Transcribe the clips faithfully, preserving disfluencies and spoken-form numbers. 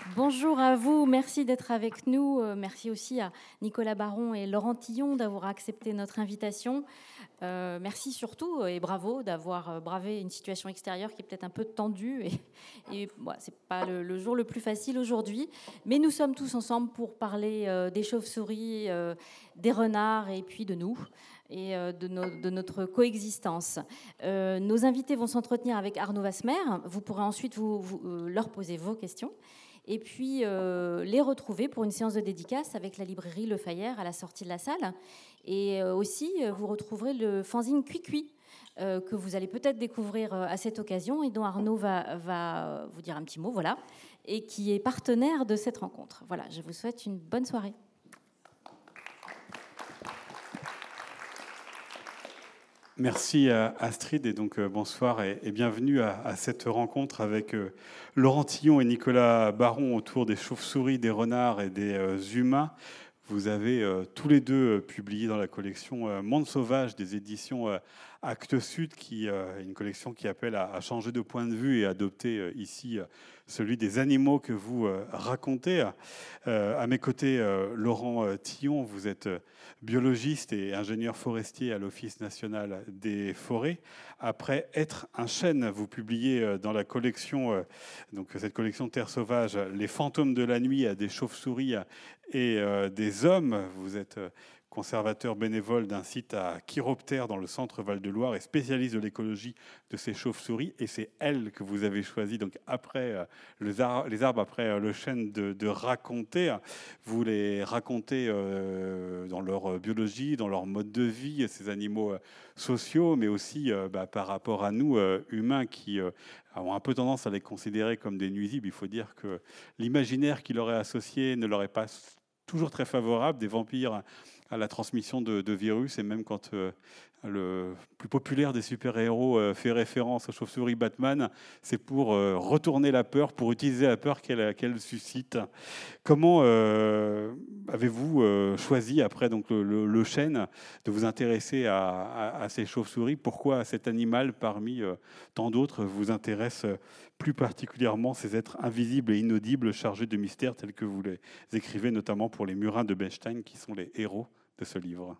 Bonjour à vous, merci d'être avec nous. Euh, Merci aussi à Nicolas Baron et Laurent Tillon d'avoir accepté notre invitation. Euh, merci surtout et bravo d'avoir euh, bravé une situation extérieure qui est peut-être un peu tendue. Et, et bon, c'est pas le, le jour le plus facile aujourd'hui, mais nous sommes tous ensemble pour parler euh, des chauves-souris, euh, des renards et puis de nous et euh, de, nos, de notre coexistence. Euh, nos invités vont s'entretenir avec Arnaud Vasmer. Vous pourrez ensuite vous, vous, euh, leur poser vos questions. Et puis euh, les retrouver pour une séance de dédicace avec la librairie Le Fayère à la sortie de la salle. Et euh, aussi, euh, vous retrouverez le fanzine Cui-Cui, euh, que vous allez peut-être découvrir euh, à cette occasion et dont Arnaud va, va vous dire un petit mot, voilà, et qui est partenaire de cette rencontre. Voilà, je vous souhaite une bonne soirée. Merci à Astrid et donc euh, bonsoir et, et bienvenue à, à cette rencontre avec euh, Laurent Tillon et Nicolas Baron autour des chauves-souris, des renards et des euh, humains. Vous avez euh, tous les deux euh, publié dans la collection euh, Monde Sauvage des éditions euh, Actes Sud, qui euh, une collection qui appelle à, à changer de point de vue et adopter euh, ici euh, celui des animaux que vous euh, racontez. Euh, à mes côtés, euh, Laurent euh, Tillon, vous êtes euh, biologiste et ingénieur forestier à l'Office national des forêts. Après Être un chêne, vous publiez euh, dans la collection, euh, donc cette collection Terre sauvage, Les fantômes de la nuit à des chauves-souris et euh, des hommes. Vous êtes euh, conservateur bénévole d'un site à Chiroptère dans le centre Val-de-Loire et spécialiste de l'écologie de ces chauves-souris. Et c'est elles que vous avez choisi, donc après euh, les, ar- les arbres, après euh, le chêne, de, de raconter. Vous les racontez euh, dans leur biologie, dans leur mode de vie, ces animaux euh, sociaux, mais aussi euh, bah, par rapport à nous, euh, humains, qui euh, ont un peu tendance à les considérer comme des nuisibles. Il faut dire que l'imaginaire qui leur est associé ne leur est pas toujours très favorable, des vampires à la transmission de, de virus, et même quand euh, le plus populaire des super-héros euh, fait référence aux chauves-souris Batman, c'est pour euh, retourner la peur, pour utiliser la peur qu'elle qu'elle suscite. Comment euh, avez-vous euh, choisi, après donc, le, le, le chêne, de vous intéresser à, à, à ces chauves-souris? Pourquoi cet animal, parmi euh, tant d'autres, vous intéresse plus particulièrement, ces êtres invisibles et inaudibles chargés de mystères tels que vous les écrivez, notamment pour les Murins de Bechstein, qui sont les héros de ce livre?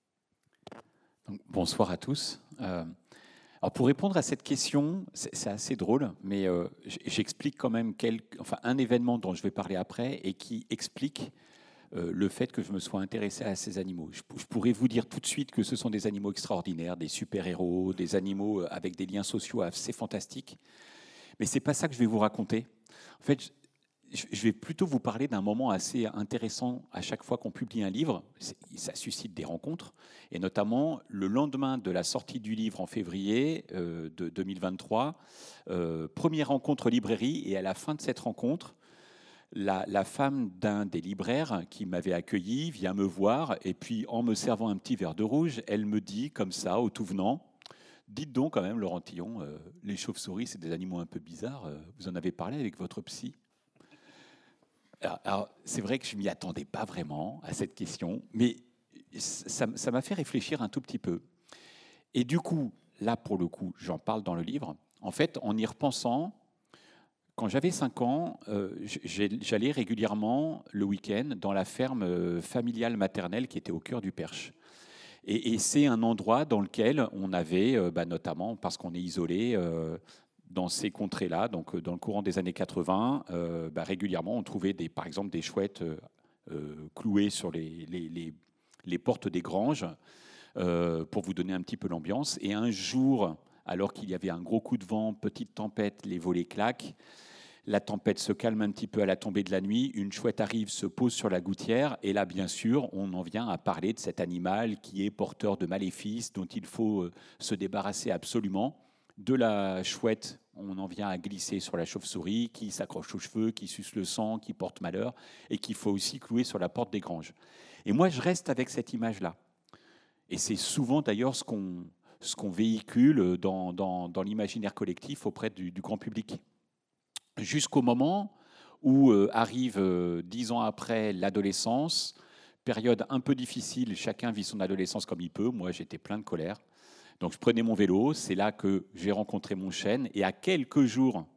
Donc, bonsoir à tous. Euh, alors pour répondre à cette question, c'est, c'est assez drôle, mais euh, j'explique quand même quelque, enfin, un événement dont je vais parler après et qui explique euh, le fait que je me sois intéressé à ces animaux. Je, je pourrais vous dire tout de suite que ce sont des animaux extraordinaires, des super-héros, des animaux avec des liens sociaux assez fantastiques, mais c'est pas ça que je vais vous raconter. En fait, je vais plutôt vous parler d'un moment assez intéressant à chaque fois qu'on publie un livre. Ça suscite des rencontres, et notamment le lendemain de la sortie du livre en février euh, de deux mille vingt-trois, euh, première rencontre librairie, et à la fin de cette rencontre, la, la femme d'un des libraires qui m'avait accueilli vient me voir, et puis en me servant un petit verre de rouge, elle me dit comme ça, au tout venant: dites donc quand même, Laurent Tillon, euh, les chauves-souris, c'est des animaux un peu bizarres, euh, vous en avez parlé avec votre psy? Alors, alors, c'est vrai que je ne m'y attendais pas vraiment à cette question, mais ça, ça m'a fait réfléchir un tout petit peu. Et du coup, là, pour le coup, j'en parle dans le livre. En fait, en y repensant, quand j'avais cinq ans, euh, j'allais régulièrement le week-end dans la ferme familiale maternelle qui était au cœur du Perche. Et, et c'est un endroit dans lequel on avait, euh, bah, notamment parce qu'on est isolé, euh, dans ces contrées-là, donc dans le courant des années quatre-vingts, euh, bah, régulièrement, on trouvait des, par exemple des chouettes euh, euh, clouées sur les, les, les, les portes des granges, euh, pour vous donner un petit peu l'ambiance. Et un jour, alors qu'il y avait un gros coup de vent, petite tempête, les volets claquent, la tempête se calme un petit peu à la tombée de la nuit, une chouette arrive, se pose sur la gouttière, et là, bien sûr, on en vient à parler de cet animal qui est porteur de maléfices, dont il faut se débarrasser absolument. De la chouette, on en vient à glisser sur la chauve-souris qui s'accroche aux cheveux, qui suce le sang, qui porte malheur, et qu'il faut aussi clouer sur la porte des granges. Et moi, je reste avec cette image-là. Et c'est souvent d'ailleurs ce qu'on, ce qu'on véhicule dans, dans, dans l'imaginaire collectif auprès du, du grand public. Jusqu'au moment où euh, arrive, euh, dix ans après, l'adolescence, période un peu difficile, chacun vit son adolescence comme il peut. Moi, j'étais plein de colère. Donc je prenais mon vélo, c'est là que j'ai rencontré mon chêne, et à quelques jours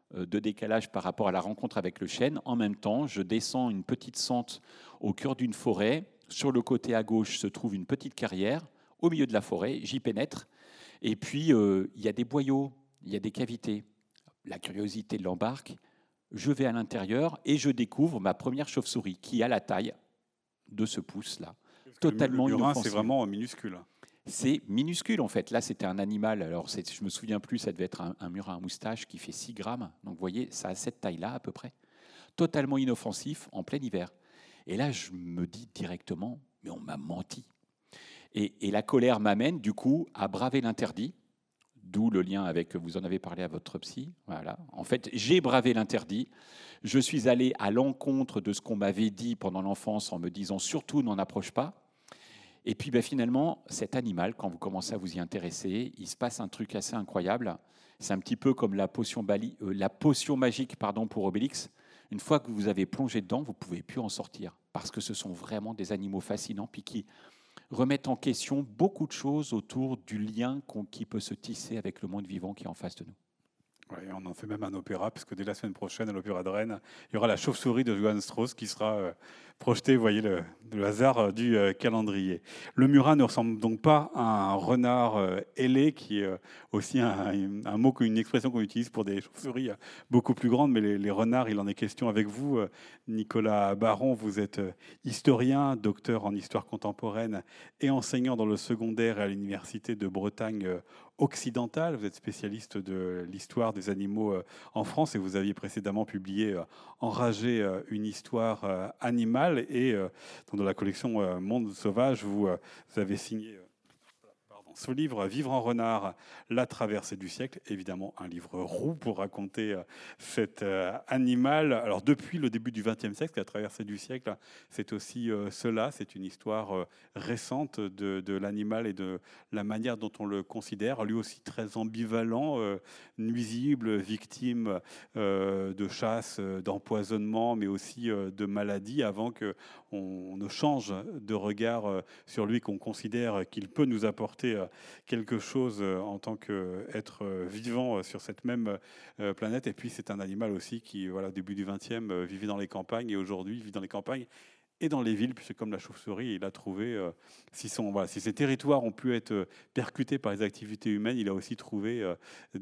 de décalage par rapport à la rencontre avec le chêne. En même temps, je descends une petite sente au cœur d'une forêt. Sur le côté à gauche se trouve une petite carrière. Au milieu de la forêt, j'y pénètre. Et puis, euh, il y a des boyaux, il y a des cavités. La curiosité l'embarque. Je vais à l'intérieur et je découvre ma première chauve-souris qui a la taille de ce pouce-là. Totalement le murin, inoffensif. C'est vraiment minuscule. C'est minuscule en fait. Là, c'était un animal. Alors, c'est, je me souviens plus, ça devait être un, un murin à moustache qui fait six grammes. Donc, vous voyez, ça a cette taille-là à peu près. Totalement inoffensif en plein hiver. Et là, je me dis directement, mais on m'a menti. Et, et la colère m'amène du coup à braver l'interdit. D'où le lien avec, vous en avez parlé à votre psy. Voilà. En fait, j'ai bravé l'interdit. Je suis allé à l'encontre de ce qu'on m'avait dit pendant l'enfance en me disant surtout n'en approche pas. Et puis ben, finalement, cet animal, quand vous commencez à vous y intéresser, il se passe un truc assez incroyable. C'est un petit peu comme la potion, bali, euh, la potion magique pardon, pour Obélix. Une fois que vous avez plongé dedans, vous ne pouvez plus en sortir. Parce que ce sont vraiment des animaux fascinants puis qui remettent en question beaucoup de choses autour du lien qu'on, qui peut se tisser avec le monde vivant qui est en face de nous. Ouais, on en fait même un opéra, puisque dès la semaine prochaine, à l'Opéra de Rennes, il y aura la chauve-souris de Johann Strauss qui sera euh, projetée, vous voyez le, le hasard euh, du euh, calendrier. Le murin ne ressemble donc pas à un renard euh, ailé, qui est euh, aussi un, un mot, une expression qu'on utilise pour des chauves-souris euh, beaucoup plus grandes, mais les, les renards, il en est question avec vous. Euh, Nicolas Baron, vous êtes euh, historien, docteur en histoire contemporaine et enseignant dans le secondaire à l'Université de Bretagne euh, occidentale. Vous êtes spécialiste de l'histoire des animaux en France et vous aviez précédemment publié Enragé, une histoire animale, et dans la collection Monde sauvage, vous, vous avez signé ce livre, Vivre en renard, la traversée du siècle, évidemment un livre roux pour raconter cet animal. Alors depuis le début du vingtième siècle, la traversée du siècle, c'est aussi cela, c'est une histoire récente de, de l'animal et de la manière dont on le considère, lui aussi très ambivalent, nuisible, victime de chasse, d'empoisonnement, mais aussi de maladies, avant qu'on ne change de regard sur lui, qu'on considère qu'il peut nous apporter quelque chose en tant qu'être vivant sur cette même planète. Et puis c'est un animal aussi qui, voilà, au début du vingtième, vivait dans les campagnes et aujourd'hui vit dans les campagnes et dans les villes, puisque comme la chauve-souris, il a trouvé, euh, si, son, voilà, si ces territoires ont pu être euh, percutés par les activités humaines, il a aussi trouvé euh,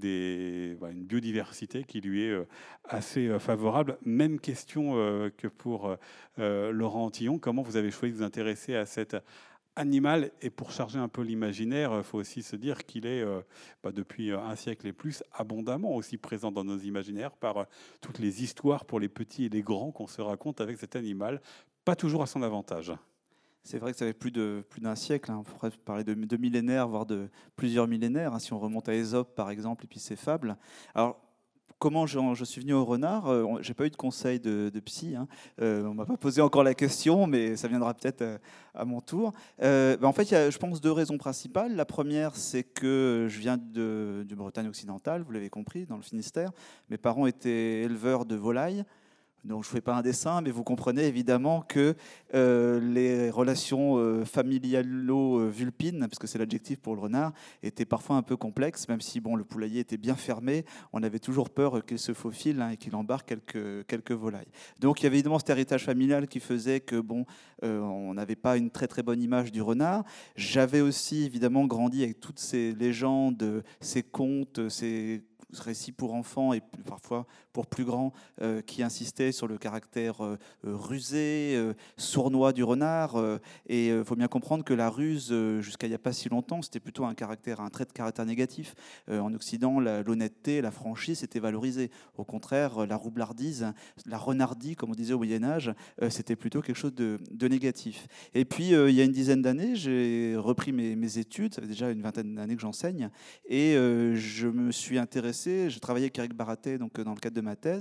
des, voilà, une biodiversité qui lui est euh, assez euh, favorable. Même question euh, que pour euh, Laurent Antillon, comment vous avez choisi de vous intéresser à cet animal? Et pour charger un peu l'imaginaire, il faut aussi se dire qu'il est, euh, bah, depuis un siècle et plus, abondamment aussi présent dans nos imaginaires par euh, toutes les histoires pour les petits et les grands qu'on se raconte avec cet animal, pas toujours à son avantage. C'est vrai que ça fait plus, de, plus d'un siècle, hein. On pourrait parler de, de millénaires, voire de plusieurs millénaires, hein, si on remonte à Ésope, par exemple, et puis ses fables. Alors, comment je, je suis venu au renard? euh, Je n'ai pas eu de conseil de, de psy. Hein. Euh, on ne m'a pas posé encore la question, mais ça viendra peut-être à, à mon tour. Euh, ben en fait, il y a, je pense, deux raisons principales. La première, c'est que je viens de, de Bretagne occidentale, vous l'avez compris, dans le Finistère. Mes parents étaient éleveurs de volailles. Donc, je ne fais pas un dessin, mais vous comprenez évidemment que euh, les relations euh, familialo-vulpines, parce que c'est l'adjectif pour le renard, étaient parfois un peu complexes, même si bon, le poulailler était bien fermé, on avait toujours peur qu'il se faufile, hein, et qu'il embarque quelques, quelques volailles. Donc, il y avait évidemment cet héritage familial qui faisait que bon, euh, on n'avait pas une très très bonne image du renard. J'avais aussi évidemment grandi avec toutes ces légendes, ces contes, ces récits pour enfants et parfois pour plus grands, euh, qui insistaient sur le caractère euh, rusé, euh, sournois du renard. Euh, et il euh, faut bien comprendre que la ruse, euh, jusqu'à il n'y a pas si longtemps, c'était plutôt un caractère, un trait de caractère négatif. Euh, en Occident, la, l'honnêteté, la franchise était valorisée. Au contraire, la roublardise, la renardie, comme on disait au Moyen-Âge, euh, c'était plutôt quelque chose de, de négatif. Et puis, euh, il y a une dizaine d'années, j'ai repris mes, mes études. Ça fait déjà une vingtaine d'années que j'enseigne. Et euh, je me suis intéressé, j'ai travaillé avec Eric Baraté donc, dans le cadre de ma thèse,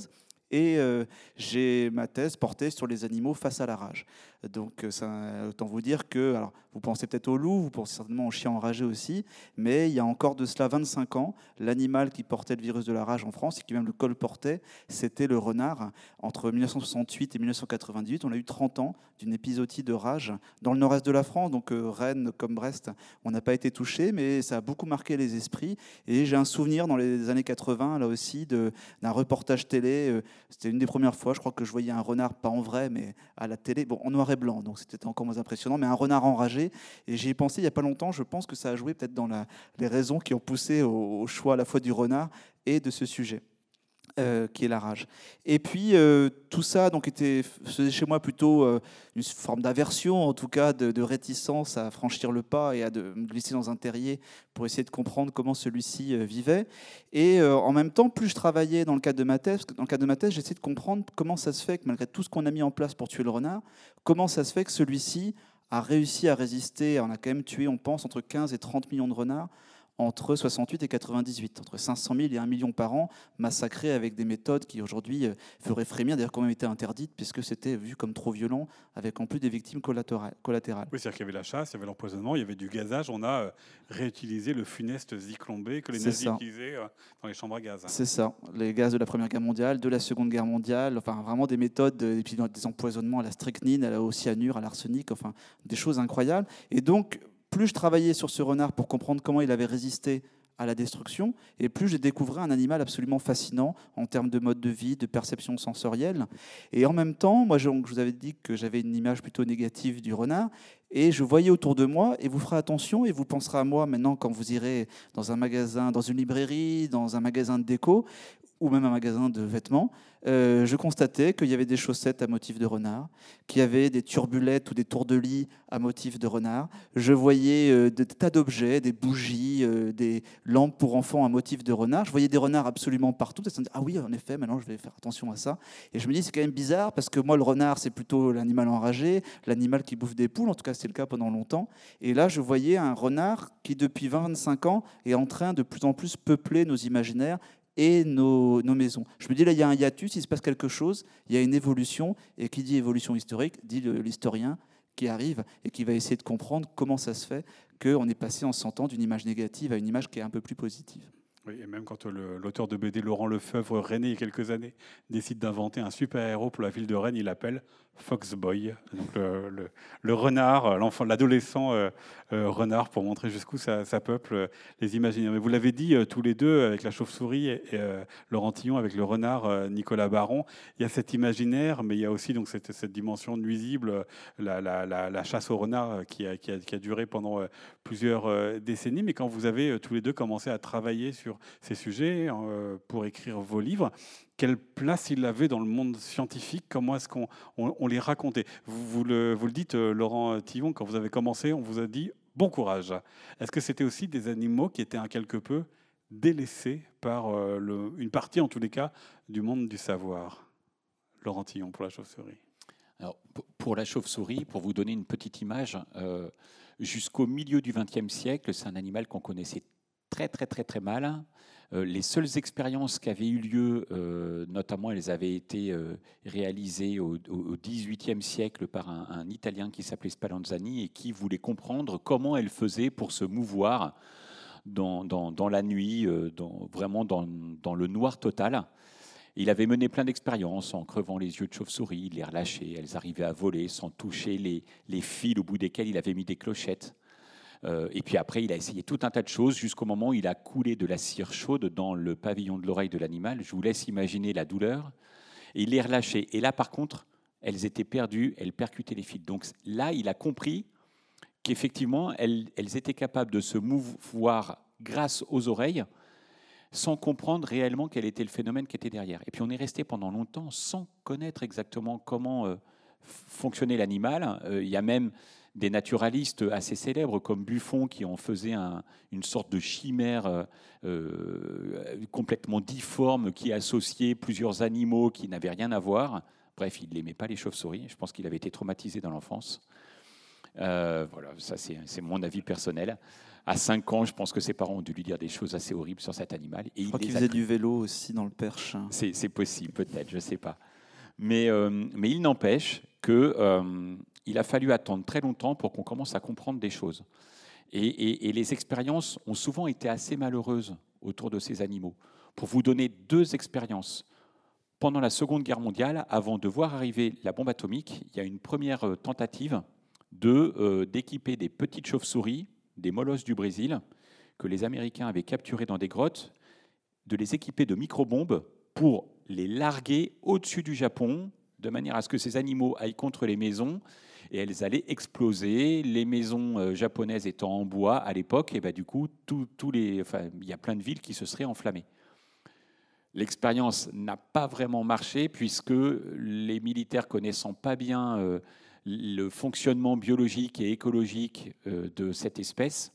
Et euh, j'ai ma thèse portée sur les animaux face à la rage. Donc, ça, autant vous dire que, alors, vous pensez peut-être au loup, vous pensez certainement au chien enragé aussi, mais il y a encore de cela vingt-cinq ans, l'animal qui portait le virus de la rage en France, et qui même le colportait, c'était le renard. Entre mille neuf cent soixante-huit et mille neuf cent quatre-vingt-dix-huit, on a eu trente ans d'une épizootie de rage dans le nord-est de la France, donc euh, Rennes comme Brest, on n'a pas été touché, mais ça a beaucoup marqué les esprits. Et j'ai un souvenir dans les années quatre-vingts, là aussi, de, d'un reportage télé. Euh, c'était une des premières fois, je crois que je voyais un renard, pas en vrai, mais à la télé, bon, en noir et blanc, donc c'était encore moins impressionnant, mais un renard enragé. Et j'y ai pensé il n'y a pas longtemps, je pense que ça a joué peut-être dans la, les raisons qui ont poussé au, au choix à la fois du renard et de ce sujet. Euh, qui est la rage. Et puis euh, tout ça donc était faisait chez moi plutôt euh, une forme d'aversion, en tout cas de, de réticence à franchir le pas et à de, me glisser dans un terrier pour essayer de comprendre comment celui-ci euh, vivait. Et euh, en même temps, plus je travaillais dans le cadre de ma thèse, dans le cadre de ma thèse, j'essayais de comprendre comment ça se fait que malgré tout ce qu'on a mis en place pour tuer le renard, comment ça se fait que celui-ci a réussi à résister. On a quand même tué, on pense, entre quinze et trente millions de renards entre soixante-huit et quatre-vingt-dix-huit, entre cinq cent mille et un million par an, massacrés avec des méthodes qui aujourd'hui feraient frémir, d'ailleurs qui ont même été interdites, puisque c'était vu comme trop violent, avec en plus des victimes collatérales. Oui, c'est-à-dire qu'il y avait la chasse, il y avait l'empoisonnement, il y avait du gazage. On a réutilisé le funeste Zyklon B que les C'est nazis ça. utilisaient dans les chambres à gaz. C'est ça, les gaz de la Première Guerre mondiale, de la Seconde Guerre mondiale, enfin vraiment des méthodes, et puis des empoisonnements à la strychnine, au cyanure, à l'arsenic, enfin des choses incroyables. Et donc, plus je travaillais sur ce renard pour comprendre comment il avait résisté à la destruction, et plus j'ai découvert un animal absolument fascinant en termes de mode de vie, de perception sensorielle. Et en même temps, moi je vous avais dit que j'avais une image plutôt négative du renard, et je voyais autour de moi, et vous ferez attention, et vous penserez à moi maintenant quand vous irez dans un magasin, dans une librairie, dans un magasin de déco, ou même un magasin de vêtements, euh, je constatais qu'il y avait des chaussettes à motif de renard, qu'il y avait des turbulettes ou des tours de lit à motif de renard. Je voyais euh, des tas d'objets, des bougies, euh, des lampes pour enfants à motif de renard. Je voyais des renards absolument partout. Et ça me dit, ah oui, en effet, maintenant je vais faire attention à ça. Et je me dis, c'est quand même bizarre, parce que moi, le renard, c'est plutôt l'animal enragé, l'animal qui bouffe des poules, en tout cas c'était le cas pendant longtemps. Et là, je voyais un renard qui, depuis vingt à vingt-cinq ans, est en train de plus en plus peupler nos imaginaires et nos, nos maisons. Je me dis, là, il y a un hiatus, il se passe quelque chose, il y a une évolution, et qui dit évolution historique, dit le, l'historien qui arrive et qui va essayer de comprendre comment ça se fait qu'on est passé en cent ans d'une image négative à une image qui est un peu plus positive. Oui, et même quand le, l'auteur de B D, Laurent Lefebvre, René, il y a quelques années, décide d'inventer un super-héros pour la ville de Rennes, il l'appelle Foxboy, donc le, le, le renard, l'enfant, l'adolescent euh, euh, renard, pour montrer jusqu'où ça, ça peuple euh, les imaginaires. Mais vous l'avez dit euh, tous les deux, avec la chauve-souris et, et euh, Laurent Tillon, avec le renard euh, Nicolas Baron, il y a cet imaginaire, mais il y a aussi donc, cette, cette dimension nuisible, la, la, la, la chasse au renard qui a, qui a, qui a duré pendant euh, plusieurs euh, décennies. Mais quand vous avez euh, tous les deux commencé à travailler sur ces sujets euh, pour écrire vos livres, quelle place il avait dans le monde scientifique? Comment est-ce qu'on on, on les racontait? vous, vous, le, vous le dites, euh, Laurent Tillon, quand vous avez commencé, on vous a dit bon courage. Est-ce que c'était aussi des animaux qui étaient un quelque peu délaissés par euh, le, une partie, en tous les cas, du monde du savoir? Laurent Tillon, pour la chauve-souris. Alors, pour la chauve-souris, pour vous donner une petite image, euh, jusqu'au milieu du vingtième siècle, c'est un animal qu'on connaissait très très très très mal. Euh, les seules expériences qui avaient eu lieu, euh, notamment elles avaient été euh, réalisées au, au dix-huitième siècle par un, un Italien qui s'appelait Spallanzani et qui voulait comprendre comment elle faisait pour se mouvoir dans, dans, dans la nuit, euh, dans, vraiment dans, dans le noir total. Il avait mené plein d'expériences en crevant les yeux de chauve-souris, il les relâchait, elles arrivaient à voler sans toucher les, les fils au bout desquels il avait mis des clochettes. Euh, et puis après, il a essayé tout un tas de choses jusqu'au moment où il a coulé de la cire chaude dans le pavillon de l'oreille de l'animal. Je vous laisse imaginer la douleur. Et il les relâchait. Et là, par contre, elles étaient perdues, elles percutaient les fils. Donc là, il a compris qu'effectivement, elles, elles étaient capables de se mouvoir grâce aux oreilles, sans comprendre réellement quel était le phénomène qui était derrière. Et puis on est resté pendant longtemps sans connaître exactement comment euh, fonctionnait l'animal. Euh, il y a même des naturalistes assez célèbres comme Buffon qui en faisait un, une sorte de chimère euh, euh, complètement difforme qui associait plusieurs animaux qui n'avaient rien à voir. Bref, il n'aimait pas les chauves-souris. Je pense qu'il avait été traumatisé dans l'enfance. Euh, voilà, ça c'est, c'est mon avis personnel. À cinq ans, je pense que ses parents ont dû lui dire des choses assez horribles sur cet animal. Et je crois il qu'il les a faisait pris. du vélo aussi dans le Perche. C'est, c'est possible, peut-être, je ne sais pas. Mais, euh, mais il n'empêche qu'il euh, a fallu attendre très longtemps pour qu'on commence à comprendre des choses. Et, et, et les expériences ont souvent été assez malheureuses autour de ces animaux. Pour vous donner deux expériences, pendant la Seconde Guerre mondiale, avant de voir arriver la bombe atomique, il y a une première tentative de, euh, d'équiper des petites chauves-souris, des molosses du Brésil, que les Américains avaient capturées dans des grottes, de les équiper de micro-bombes pour les larguer au-dessus du Japon, de manière à ce que ces animaux aillent contre les maisons, et elles allaient exploser. Les maisons euh, japonaises étant en bois à l'époque, et ben, du coup, tout, tous les, enfin, il y a plein de villes qui se seraient enflammées. L'expérience n'a pas vraiment marché, puisque les militaires connaissant pas bien euh, le fonctionnement biologique et écologique euh, de cette espèce,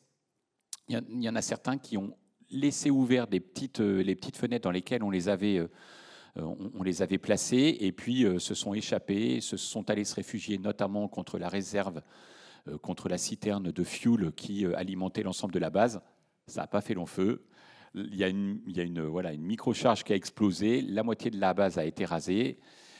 il y, y en a certains qui ont laissé ouvert des petites, euh, les petites fenêtres dans lesquelles on les avait, euh, on, on les avait placés, et puis euh, se sont échappés, se sont allés se réfugier notamment contre la réserve, euh, contre la citerne de fuel qui euh, alimentait l'ensemble de la base. Ça n'a pas fait long feu. Il y a une, il y a une, voilà, une microcharge qui a explosé, la moitié de la base a été rasée,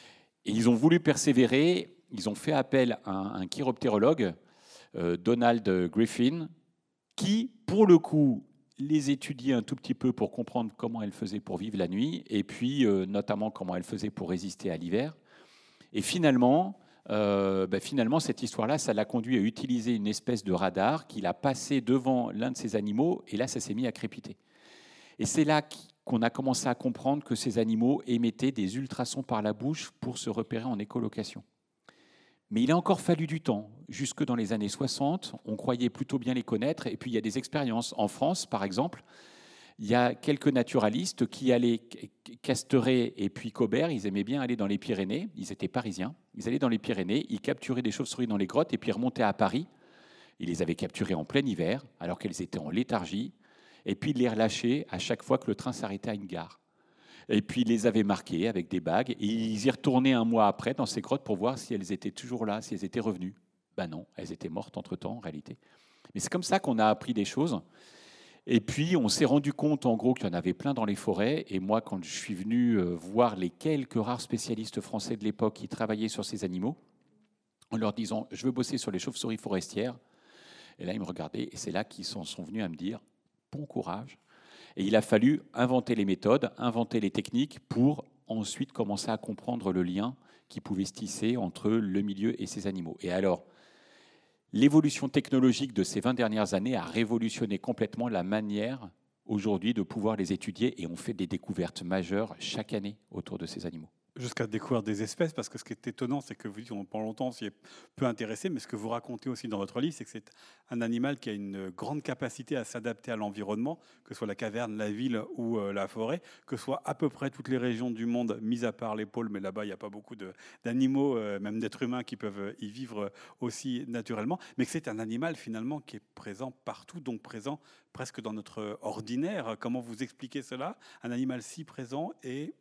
et ils ont voulu persévérer. Ils ont fait appel à un, un chiroptérologue, euh, Donald Griffin, qui, pour le coup, les étudiait un tout petit peu pour comprendre comment elles faisaient pour vivre la nuit, et puis euh, notamment comment elles faisaient pour résister à l'hiver. Et finalement, euh, ben finalement, cette histoire-là, ça l'a conduit à utiliser une espèce de radar qu'il a passé devant l'un de ces animaux, et là, ça s'est mis à crépiter. Et c'est là qu'on a commencé à comprendre que ces animaux émettaient des ultrasons par la bouche pour se repérer en écholocation. Mais il a encore fallu du temps. Jusque dans les années soixante, on croyait plutôt bien les connaître. Et puis, il y a des expériences. En France, par exemple, il y a quelques naturalistes qui allaient, Casteret et puis Cobert, ils aimaient bien aller dans les Pyrénées. Ils étaient parisiens. Ils allaient dans les Pyrénées, ils capturaient des chauves-souris dans les grottes et puis remontaient à Paris. Ils les avaient capturées en plein hiver, alors qu'elles étaient en léthargie. Et puis, ils les relâchaient à chaque fois que le train s'arrêtait à une gare. Et puis, ils les avaient marquées avec des bagues. Et ils y retournaient un mois après dans ces grottes pour voir si elles étaient toujours là, si elles étaient revenues. Ben non, elles étaient mortes entre-temps, en réalité. Mais c'est comme ça qu'on a appris des choses. Et puis, on s'est rendu compte, en gros, qu'il y en avait plein dans les forêts. Et moi, quand je suis venu voir les quelques rares spécialistes français de l'époque qui travaillaient sur ces animaux, en leur disant « je veux bosser sur les chauves-souris forestières », et là, ils me regardaient. Et c'est là qu'ils sont, sont venus à me dire « bon courage ». Et il a fallu inventer les méthodes, inventer les techniques pour ensuite commencer à comprendre le lien qui pouvait se tisser entre le milieu et ces animaux. Et alors, l'évolution technologique de ces vingt dernières années a révolutionné complètement la manière aujourd'hui de pouvoir les étudier, et on fait des découvertes majeures chaque année autour de ces animaux. Jusqu'à découvrir des espèces, parce que ce qui est étonnant, c'est que vous dites, pendant longtemps, on s'y est peu intéressé, mais ce que vous racontez aussi dans votre livre, c'est que c'est un animal qui a une grande capacité à s'adapter à l'environnement, que ce soit la caverne, la ville ou euh, la forêt, que ce soit à peu près toutes les régions du monde, mis à part les pôles, mais là-bas, il n'y a pas beaucoup de, d'animaux, euh, même d'êtres humains qui peuvent y vivre aussi naturellement, mais que c'est un animal finalement qui est présent partout, donc présent presque dans notre ordinaire. Comment vous expliquez cela? Un animal si présent et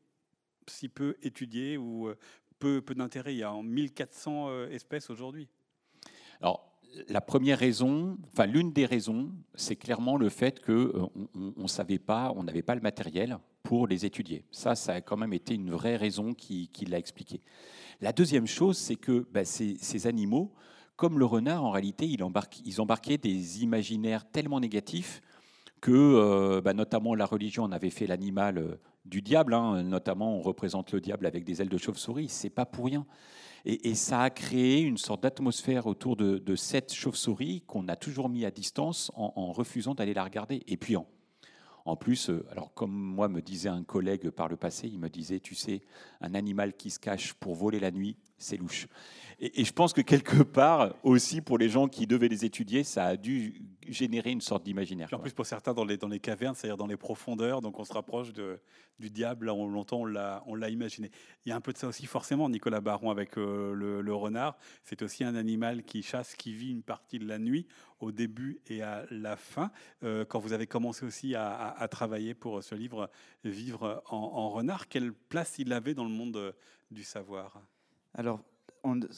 si peu étudié ou peu, peu d'intérêt. Il y a mille quatre cents espèces aujourd'hui. Alors, la première raison, enfin l'une des raisons, c'est clairement le fait qu'on ne savait pas, on n'avait pas le matériel pour les étudier. Ça, ça a quand même été une vraie raison qui, qui l'a expliqué. La deuxième chose, c'est que bah, ces, ces animaux, comme le renard, en réalité, ils, embarquent, ils embarquaient des imaginaires tellement négatifs que, euh, bah, notamment, la religion en avait fait l'animal euh, du diable. Hein. Notamment, on représente le diable avec des ailes de chauve-souris. C'est pas pour rien. Et, et ça a créé une sorte d'atmosphère autour de, de cette chauve-souris qu'on a toujours mis à distance en, en refusant d'aller la regarder. Et puis, en, en plus, euh, alors comme moi me disait un collègue par le passé, il me disait, tu sais, un animal qui se cache pour voler la nuit, c'est louche. Et, et je pense que quelque part, aussi pour les gens qui devaient les étudier, ça a dû générer une sorte d'imaginaire. En plus, pour certains, dans les, dans les cavernes, c'est-à-dire dans les profondeurs, donc on se rapproche de, du diable, là, on, longtemps on l'a, on l'a imaginé. Il y a un peu de ça aussi, forcément, Nicolas Baron, avec euh, le, le renard. C'est aussi un animal qui chasse, qui vit une partie de la nuit, au début et à la fin. Euh, quand vous avez commencé aussi à, à, à travailler pour ce livre, Vivre en, en renard, quelle place il avait dans le monde du savoir? Alors, on,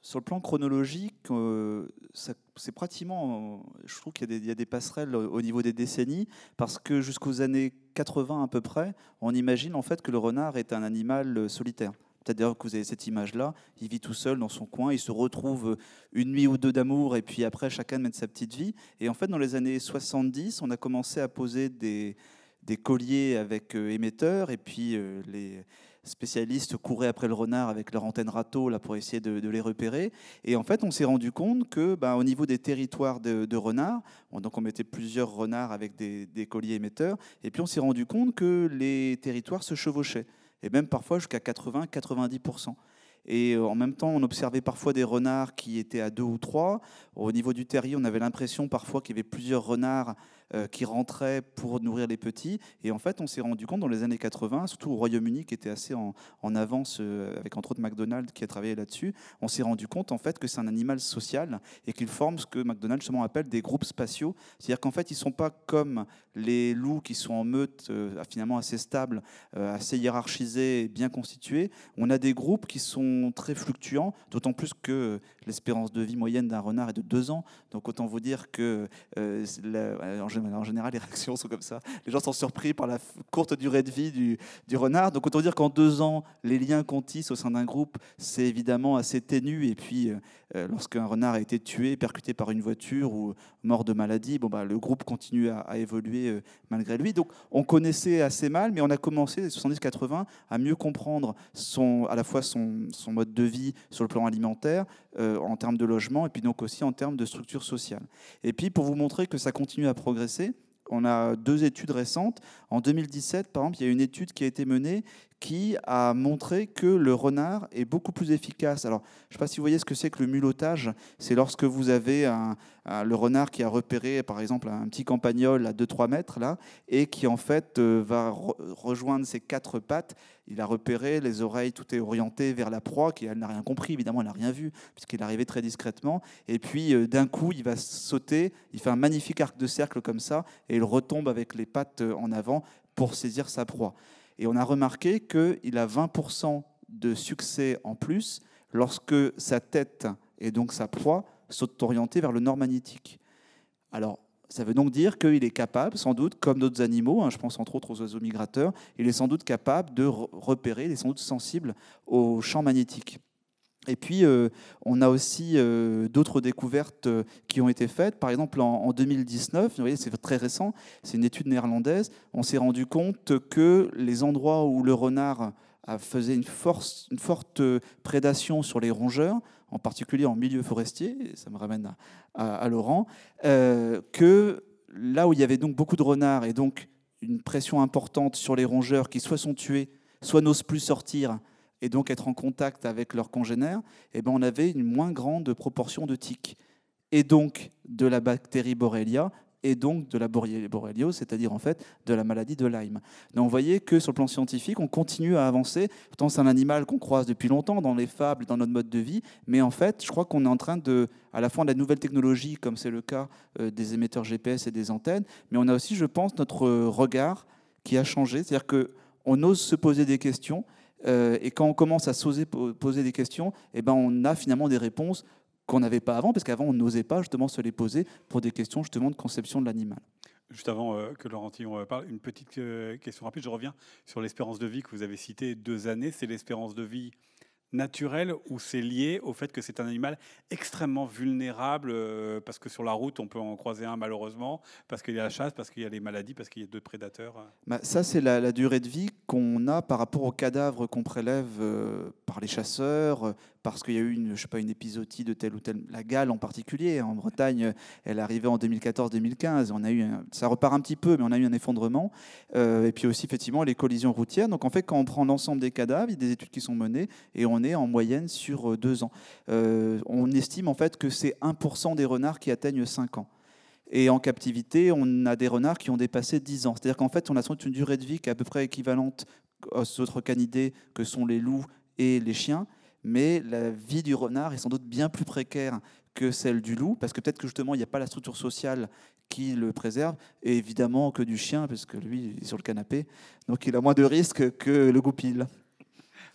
sur le plan chronologique, euh, ça, c'est pratiquement, euh, je trouve qu'il y a, des, il y a des passerelles au, au niveau des décennies, parce que jusqu'aux années quatre-vingts à peu près, on imagine en fait que le renard est un animal solitaire. C'est-à-dire que vous avez cette image-là, il vit tout seul dans son coin, il se retrouve une nuit ou deux d'amour, et puis après, chacun mène sa petite vie. Et en fait, dans les années soixante-dix, on a commencé à poser des, des colliers avec euh, émetteurs, et puis euh, les spécialistes couraient après le renard avec leur antenne râteau là, pour essayer de, de les repérer. Et en fait, on s'est rendu compte que, ben, au niveau des territoires de, de renards, on, donc on mettait plusieurs renards avec des, des colliers émetteurs, et puis on s'est rendu compte que les territoires se chevauchaient, et même parfois jusqu'à quatre-vingts à quatre-vingt-dix pour cent. Et en même temps, on observait parfois des renards qui étaient à deux ou trois. Au niveau du terrier, on avait l'impression parfois qu'il y avait plusieurs renards euh, qui rentraient pour nourrir les petits. Et en fait, on s'est rendu compte dans les années quatre-vingts, surtout au Royaume-Uni, qui était assez en, en avance, euh, avec entre autres McDonald's qui a travaillé là-dessus, on s'est rendu compte en fait que c'est un animal social et qu'il forme ce que McDonald's justement appelle des groupes spatiaux. C'est-à-dire qu'en fait, ils ne sont pas comme les loups qui sont en meute, euh, finalement assez stables, euh, assez hiérarchisés et bien constitués. On a des groupes qui sont très fluctuants, d'autant plus que l'espérance de vie moyenne d'un renard est de deux ans. Donc autant vous dire que, euh, la, en, en général, les réactions sont comme ça. Les gens sont surpris par la courte durée de vie du, du renard. Donc autant dire qu'en deux ans, les liens qu'on tisse au sein d'un groupe, c'est évidemment assez ténu. Et puis, euh, lorsqu'un renard a été tué, percuté par une voiture ou mort de maladie, bon, bah, le groupe continue à, à évoluer euh, malgré lui. Donc on connaissait assez mal, mais on a commencé, les soixante-dix quatre-vingts, à mieux comprendre son, à la fois son, son mode de vie sur le plan alimentaire, euh, en termes de logement, et puis donc aussi en termes de structure sociale. Et puis, pour vous montrer que ça continue à progresser, on a deux études récentes. En deux mille dix-sept, par exemple, il y a une étude qui a été menée qui a montré que le renard est beaucoup plus efficace. Alors, je ne sais pas si vous voyez ce que c'est que le mulottage. C'est lorsque vous avez un, un, le renard qui a repéré, par exemple, un petit campagnol à deux à trois mètres, là, et qui, en fait, euh, va re rejoindre ses quatre pattes. Il a repéré, les oreilles, tout est orienté vers la proie, qui elle n'a rien compris, évidemment, elle n'a rien vu, puisqu'il arrivait très discrètement. Et puis, euh, d'un coup, il va sauter, il fait un magnifique arc de cercle comme ça, et il retombe avec les pattes en avant pour saisir sa proie. Et on a remarqué qu'il a vingt pour cent de succès en plus lorsque sa tête et donc sa proie sont orientées vers le nord magnétique. Alors, ça veut donc dire qu'il est capable, sans doute, comme d'autres animaux, hein, je pense entre autres aux oiseaux migrateurs, il est sans doute capable de repérer, il est sans doute sensible au champ magnétique. Et puis, euh, on a aussi euh, d'autres découvertes euh, qui ont été faites. Par exemple, en, en deux mille dix-neuf, vous voyez, c'est très récent, c'est une étude néerlandaise, on s'est rendu compte que les endroits où le renard a faisait une, force, une forte prédation sur les rongeurs, en particulier en milieu forestier, et ça me ramène à, à, à Laurent, euh, que là où il y avait donc beaucoup de renards et donc une pression importante sur les rongeurs qui soit sont tués, soit n'osent plus sortir, et donc être en contact avec leurs congénères, eh ben on avait une moins grande proportion de tiques, et donc de la bactérie Borrelia, et donc de la borréliose, c'est-à-dire en fait de la maladie de Lyme. Donc vous voyez que sur le plan scientifique, on continue à avancer. Pourtant, c'est un animal qu'on croise depuis longtemps dans les fables, dans notre mode de vie, mais en fait, je crois qu'on est en train de, à la fois de la nouvelle technologie, comme c'est le cas euh, des émetteurs G P S et des antennes, mais on a aussi, je pense, notre regard qui a changé, c'est-à-dire qu'on ose se poser des questions. Euh, et quand on commence à s'oser poser des questions, eh ben on a finalement des réponses qu'on n'avait pas avant, parce qu'avant on n'osait pas justement se les poser pour des questions justement de conception de l'animal. Juste avant euh, que Laurent Tillon parle, une petite euh, question rapide. Je reviens sur l'espérance de vie que vous avez citée, deux années. C'est l'espérance de vie naturel ou c'est lié au fait que c'est un animal extrêmement vulnérable euh, parce que sur la route, on peut en croiser un malheureusement, parce qu'il y a la chasse, parce qu'il y a les maladies, parce qu'il y a d'autres prédateurs. Bah, ça, c'est la, la durée de vie qu'on a par rapport aux cadavres qu'on prélève euh, par les chasseurs, euh, parce qu'il y a eu une, je sais pas, une épizootie de telle ou telle... La gale en particulier, en Bretagne, elle est arrivée en deux mille quatorze deux mille quinze. On a eu un, ça repart un petit peu, mais on a eu un effondrement. Euh, et puis aussi, effectivement, les collisions routières. Donc, en fait, quand on prend l'ensemble des cadavres, il y a des études qui sont menées, et on est en moyenne sur deux ans. Euh, on estime en fait que c'est un pour cent des renards qui atteignent cinq ans. Et en captivité, on a des renards qui ont dépassé dix ans. C'est-à-dire qu'en fait, on a sans doute une durée de vie qui est à peu près équivalente aux autres canidés que sont les loups et les chiens, mais la vie du renard est sans doute bien plus précaire que celle du loup, parce que peut-être que justement, il n'y a pas la structure sociale qui le préserve, et évidemment que du chien, parce que lui, il est sur le canapé, donc il a moins de risques que le goupil.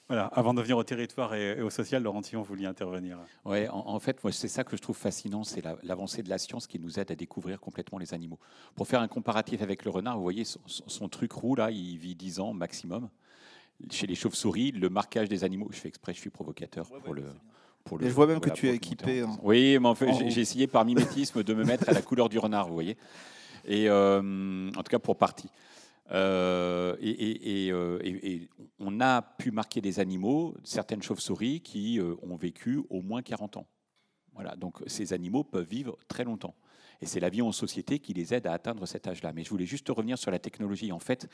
Voilà, avant de venir au territoire et, et au social, Laurent Tillon, vous vouliez intervenir. Oui, en, en fait, moi, c'est ça que je trouve fascinant, c'est la, l'avancée de la science qui nous aide à découvrir complètement les animaux. Pour faire un comparatif avec le renard, vous voyez, son, son truc roux, là, il vit dix ans maximum. Chez les chauves-souris, le marquage des animaux, je fais exprès, je suis provocateur ouais, pour ouais, le... Pour le, et je vois même voilà, que tu es équipé. En... Oui, mais en fait, j'ai, j'ai essayé par mimétisme de me mettre à la couleur du renard, vous voyez. Et euh, en tout cas, pour partie. Euh, et, et, et, et, et on a pu marquer des animaux, certaines chauves-souris qui euh, ont vécu au moins quarante ans. Voilà, donc ces animaux peuvent vivre très longtemps. Et c'est la vie en société qui les aide à atteindre cet âge-là. Mais je voulais juste revenir sur la technologie. En fait,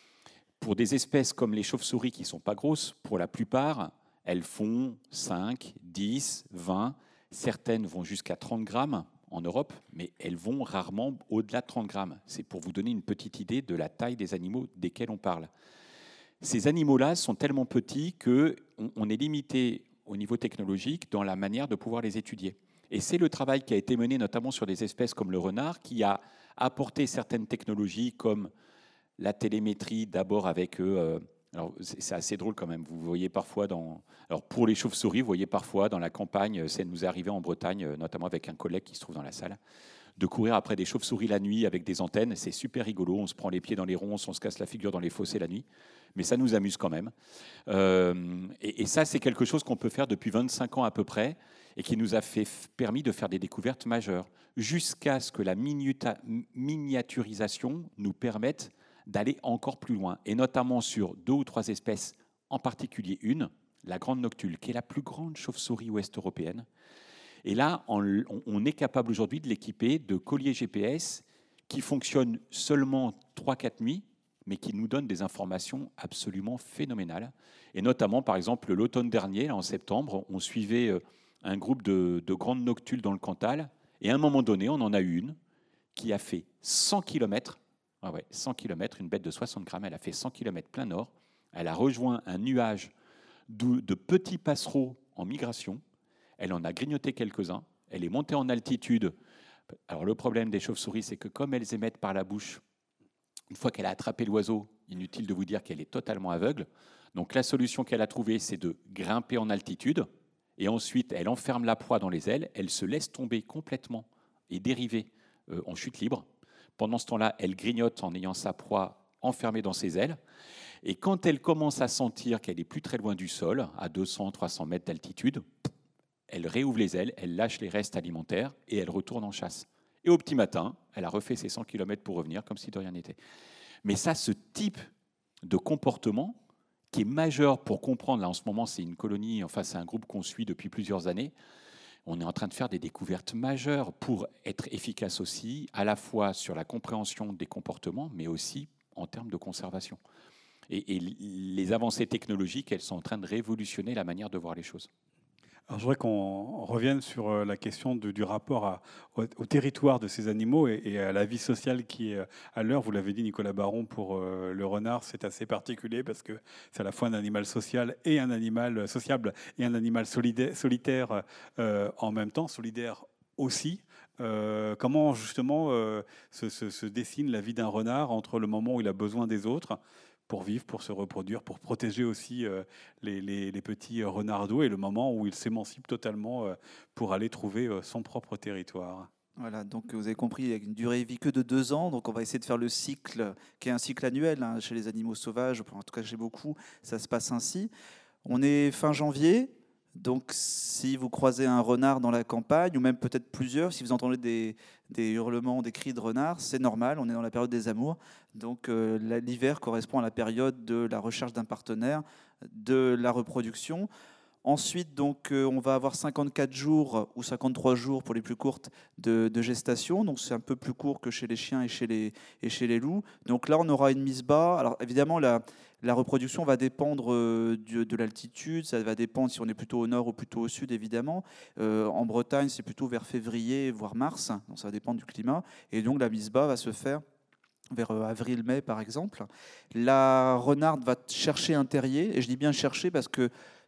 pour des espèces comme les chauves-souris qui ne sont pas grosses, pour la plupart, elles font cinq, dix, vingt. Certaines vont jusqu'à trente grammes en Europe, mais elles vont rarement au-delà de trente grammes. C'est pour vous donner une petite idée de la taille des animaux desquels on parle. Ces animaux-là sont tellement petits qu'on est limité au niveau technologique dans la manière de pouvoir les étudier. Et c'est le travail qui a été mené notamment sur des espèces comme le renard, qui a apporté certaines technologies comme la télémétrie, d'abord avec eux. Euh, alors c'est assez drôle quand même. Vous voyez parfois dans, alors pour les chauves-souris, vous voyez parfois dans la campagne, ça nous est arrivé en Bretagne, notamment avec un collègue qui se trouve dans la salle, de courir après des chauves-souris la nuit avec des antennes. C'est super rigolo. On se prend les pieds dans les ronces, on se casse la figure dans les fossés la nuit, mais ça nous amuse quand même. Euh, et, et ça, c'est quelque chose qu'on peut faire depuis vingt-cinq ans à peu près, et qui nous a fait, permis de faire des découvertes majeures, jusqu'à ce que la minuta, miniaturisation nous permette d'aller encore plus loin, et notamment sur deux ou trois espèces, en particulier une, la grande noctule, qui est la plus grande chauve-souris ouest-européenne. Et là, on, on est capable aujourd'hui de l'équiper de colliers G P S qui fonctionnent seulement trois à quatre nuits, mais qui nous donnent des informations absolument phénoménales. Et notamment, par exemple, l'automne dernier, là, en septembre, on suivait un groupe de, de grandes noctules dans le Cantal, et à un moment donné, on en a eu une qui a fait cent kilomètres. Ah ouais, cent kilomètres, une bête de soixante grammes, elle a fait cent kilomètres plein nord. Elle a rejoint un nuage de, de petits passereaux en migration. Elle en a grignoté quelques-uns. Elle est montée en altitude. Alors le problème des chauves-souris, c'est que comme elles émettent par la bouche, une fois qu'elle a attrapé l'oiseau, inutile de vous dire qu'elle est totalement aveugle. Donc la solution qu'elle a trouvée, c'est de grimper en altitude. Et ensuite, elle enferme la proie dans les ailes. Elle se laisse tomber complètement et dériver euh, en chute libre. Pendant ce temps-là, elle grignote en ayant sa proie enfermée dans ses ailes. Et quand elle commence à sentir qu'elle est plus très loin du sol, à deux cents à trois cents mètres d'altitude, elle réouvre les ailes, elle lâche les restes alimentaires et elle retourne en chasse. Et au petit matin, elle a refait ses cent kilomètres pour revenir comme si de rien n'était. Mais ça, ce type de comportement qui est majeur pour comprendre, là en ce moment c'est une colonie, enfin c'est un groupe qu'on suit depuis plusieurs années, on est en train de faire des découvertes majeures pour être efficace aussi, à la fois sur la compréhension des comportements, mais aussi en termes de conservation. Et, et les avancées technologiques, elles sont en train de révolutionner la manière de voir les choses. Alors, je voudrais qu'on revienne sur la question de, du rapport à, au, au territoire de ces animaux et, et à la vie sociale qui est à l'heure. Vous l'avez dit, Nicolas Baron, pour euh, le renard, c'est assez particulier parce que c'est à la fois un animal social et un animal sociable et un animal solidaire, solitaire euh, en même temps, solidaire aussi. Euh, comment justement euh, se, se, se dessine la vie d'un renard entre le moment où il a besoin des autres pour vivre, pour se reproduire, pour protéger aussi euh, les, les, les petits renardeaux, et le moment où il s'émancipe totalement euh, pour aller trouver euh, son propre territoire. Voilà, donc vous avez compris, il y a une durée de vie que de deux ans, donc on va essayer de faire le cycle, qui est un cycle annuel hein, chez les animaux sauvages, en tout cas chez beaucoup, ça se passe ainsi. On est fin janvier, donc si vous croisez un renard dans la campagne, ou même peut-être plusieurs, si vous entendez des, des hurlements, des cris de renard, c'est normal, on est dans la période des amours. Donc euh, l'hiver correspond à la période de la recherche d'un partenaire, de la reproduction. Ensuite, donc, euh, on va avoir cinquante-quatre jours ou cinquante-trois jours pour les plus courtes de, de gestation. Donc c'est un peu plus court que chez les chiens et chez les, et chez les loups. Donc là, on aura une mise bas. Alors évidemment, la, la reproduction va dépendre euh, de, de l'altitude. Ça va dépendre si on est plutôt au nord ou plutôt au sud, évidemment. Euh, en Bretagne, c'est plutôt vers février, voire mars. Donc ça va dépendre du climat. Et donc la mise bas va se faire vers avril-mai, par exemple. La renarde va chercher un terrier. Et je dis bien chercher parce que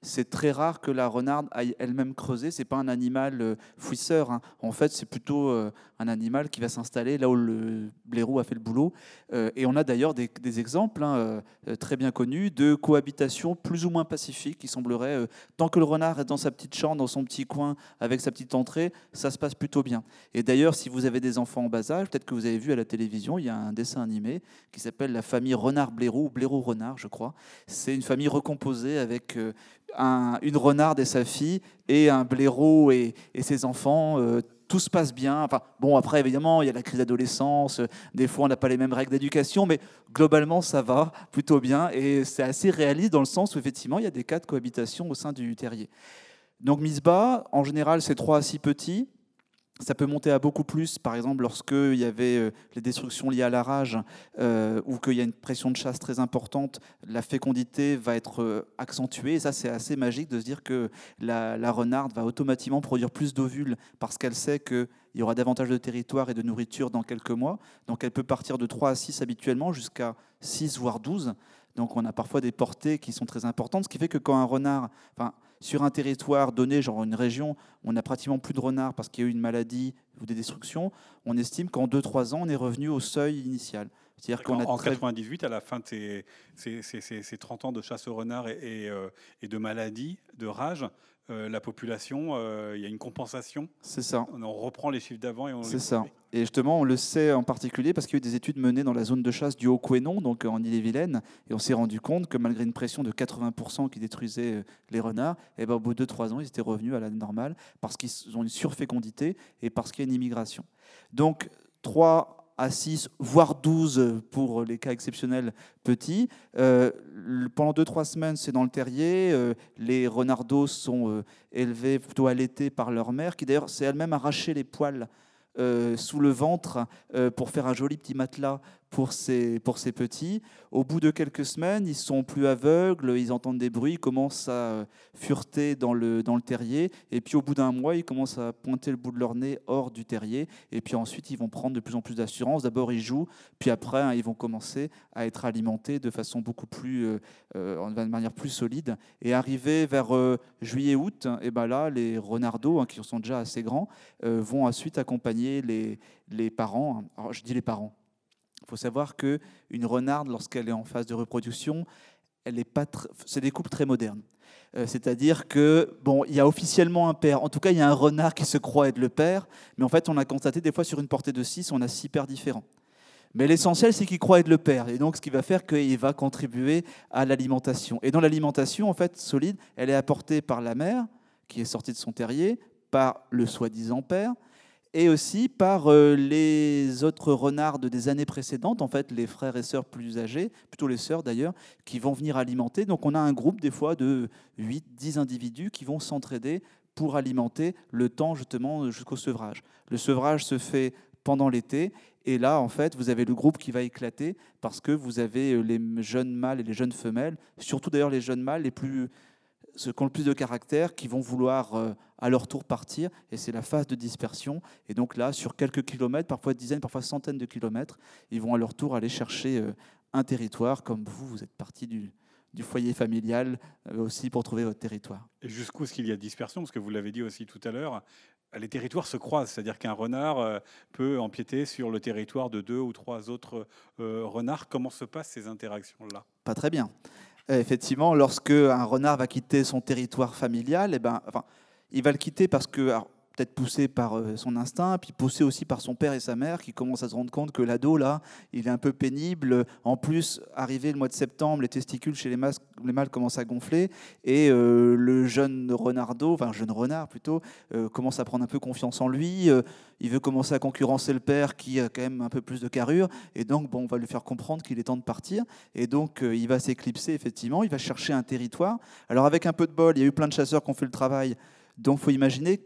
c'est très rare que la renarde aille elle-même creuser. C'est pas un animal euh, fouisseur, hein. En fait, c'est plutôt euh, un animal qui va s'installer là où le blaireau a fait le boulot. Euh, et on a d'ailleurs des, des exemples hein, euh, très bien connus de cohabitation plus ou moins pacifique qui semblerait, euh, tant que le renard est dans sa petite chambre, dans son petit coin, avec sa petite entrée, ça se passe plutôt bien. Et d'ailleurs, si vous avez des enfants en bas âge, peut-être que vous avez vu à la télévision, il y a un dessin animé qui s'appelle La famille renard-blaireau, ou blaireau-renard, je crois. C'est une famille recomposée avec euh, un, une renarde et sa fille, et un blaireau et, et ses enfants. Euh, tout se passe bien. Enfin, bon, après, évidemment, il y a la crise d'adolescence. Des fois, on n'a pas les mêmes règles d'éducation, mais globalement, ça va plutôt bien. Et c'est assez réaliste dans le sens où, effectivement, il y a des cas de cohabitation au sein du terrier. Donc, mise bas, en général, c'est trois à six petits. Ça peut monter à beaucoup plus, par exemple, lorsqu'il y avait les destructions liées à la rage euh, ou qu'il y a une pression de chasse très importante, la fécondité va être accentuée. Et ça, c'est assez magique de se dire que la, la renarde va automatiquement produire plus d'ovules parce qu'elle sait qu'il y aura davantage de territoire et de nourriture dans quelques mois. Donc, elle peut partir de trois à six habituellement jusqu'à six, voire douze. Donc, on a parfois des portées qui sont très importantes, ce qui fait que quand un renard... Enfin, sur un territoire donné, genre une région, on n'a pratiquement plus de renards parce qu'il y a eu une maladie ou des destructions, on estime qu'en deux à trois ans, on est revenu au seuil initial. C'est-à-dire qu'en en très... quatre-vingt-dix-huit, à la fin de ces, ces, ces, ces trente ans de chasse au renard et, et, euh, et de maladies, de rage, euh, la population, euh, il y a une compensation. C'est ça. On, on reprend les chiffres d'avant et on. C'est ça. Et justement, on le sait en particulier parce qu'il y a eu des études menées dans la zone de chasse du Haut-Couesnon, donc en Ille-et-Vilaine, et on s'est rendu compte que malgré une pression de quatre-vingts pour cent qui détruisait les renards, et ben, au bout de deux à trois ans, ils étaient revenus à la normale parce qu'ils ont une surfécondité et parce qu'il y a une immigration. Donc, trois à six, voire douze pour les cas exceptionnels petits. Euh, pendant deux à trois semaines, c'est dans le terrier. Euh, les renardos sont euh, élevés plutôt allaités par leur mère, qui d'ailleurs s'est elle-même arraché les poils Euh, sous le ventre euh, pour faire un joli petit matelas pour ces, pour ces petits. Au bout de quelques semaines, ils sont plus aveugles, ils entendent des bruits, ils commencent à fureter dans le, dans le terrier, et puis au bout d'un mois, ils commencent à pointer le bout de leur nez hors du terrier, et puis ensuite, ils vont prendre de plus en plus d'assurance. D'abord, ils jouent, puis après, hein, ils vont commencer à être alimentés de façon beaucoup plus, euh, euh, de manière plus solide, et arriver vers euh, juillet-août, et ben là, les renardos, hein, qui sont déjà assez grands, euh, vont ensuite accompagner les, les parents. Alors, je dis les parents. Il faut savoir qu'une renarde, lorsqu'elle est en phase de reproduction, elle est pas tr- c'est des couples très modernes. Euh, c'est-à-dire que bon, il y a officiellement un père. En tout cas, il y a un renard qui se croit être le père, mais en fait, on a constaté des fois sur une portée de six, on a six pères différents. Mais l'essentiel, c'est qu'il croit être le père. Et donc, ce qui va faire qu'il va contribuer à l'alimentation. Et dans l'alimentation, en fait, solide, elle est apportée par la mère, qui est sortie de son terrier, par le soi-disant père, et aussi par euh, les autres renards des années précédentes, en fait, les frères et sœurs plus âgés, plutôt les sœurs d'ailleurs, qui vont venir alimenter. Donc on a un groupe des fois de huit à dix individus qui vont s'entraider pour alimenter le temps justement jusqu'au sevrage. Le sevrage se fait pendant l'été, et là, en fait, vous avez le groupe qui va éclater parce que vous avez les jeunes mâles et les jeunes femelles, surtout d'ailleurs les jeunes mâles les plus... ceux qui ont le plus de caractère, qui vont vouloir euh, à leur tour partir, et c'est la phase de dispersion. Et donc là, sur quelques kilomètres, parfois dizaines, parfois centaines de kilomètres, ils vont à leur tour aller chercher euh, un territoire, comme vous, vous êtes parti du, du foyer familial euh, aussi pour trouver votre territoire. Et jusqu'où est-ce qu'il y a dispersion? Parce que vous l'avez dit aussi tout à l'heure, les territoires se croisent, c'est-à-dire qu'un renard euh, peut empiéter sur le territoire de deux ou trois autres euh, renards. Comment se passent ces interactions-là? Pas très bien. Effectivement, lorsque un renard va quitter son territoire familial, eh ben, enfin, il va le quitter parce que, alors, peut-être poussé par son instinct, puis poussé aussi par son père et sa mère qui commencent à se rendre compte que l'ado, là, il est un peu pénible. En plus, arrivé le mois de septembre, les testicules chez les, mas- les mâles commencent à gonfler, et euh, le jeune renardo, enfin jeune renard plutôt, euh, commence à prendre un peu confiance en lui. Euh, il veut commencer à concurrencer le père qui a quand même un peu plus de carrure, et donc bon, on va lui faire comprendre qu'il est temps de partir, et donc euh, il va s'éclipser effectivement, il va chercher un territoire. Alors avec un peu de bol, il y a eu plein de chasseurs qui ont fait le travail. Donc, il faut imaginer que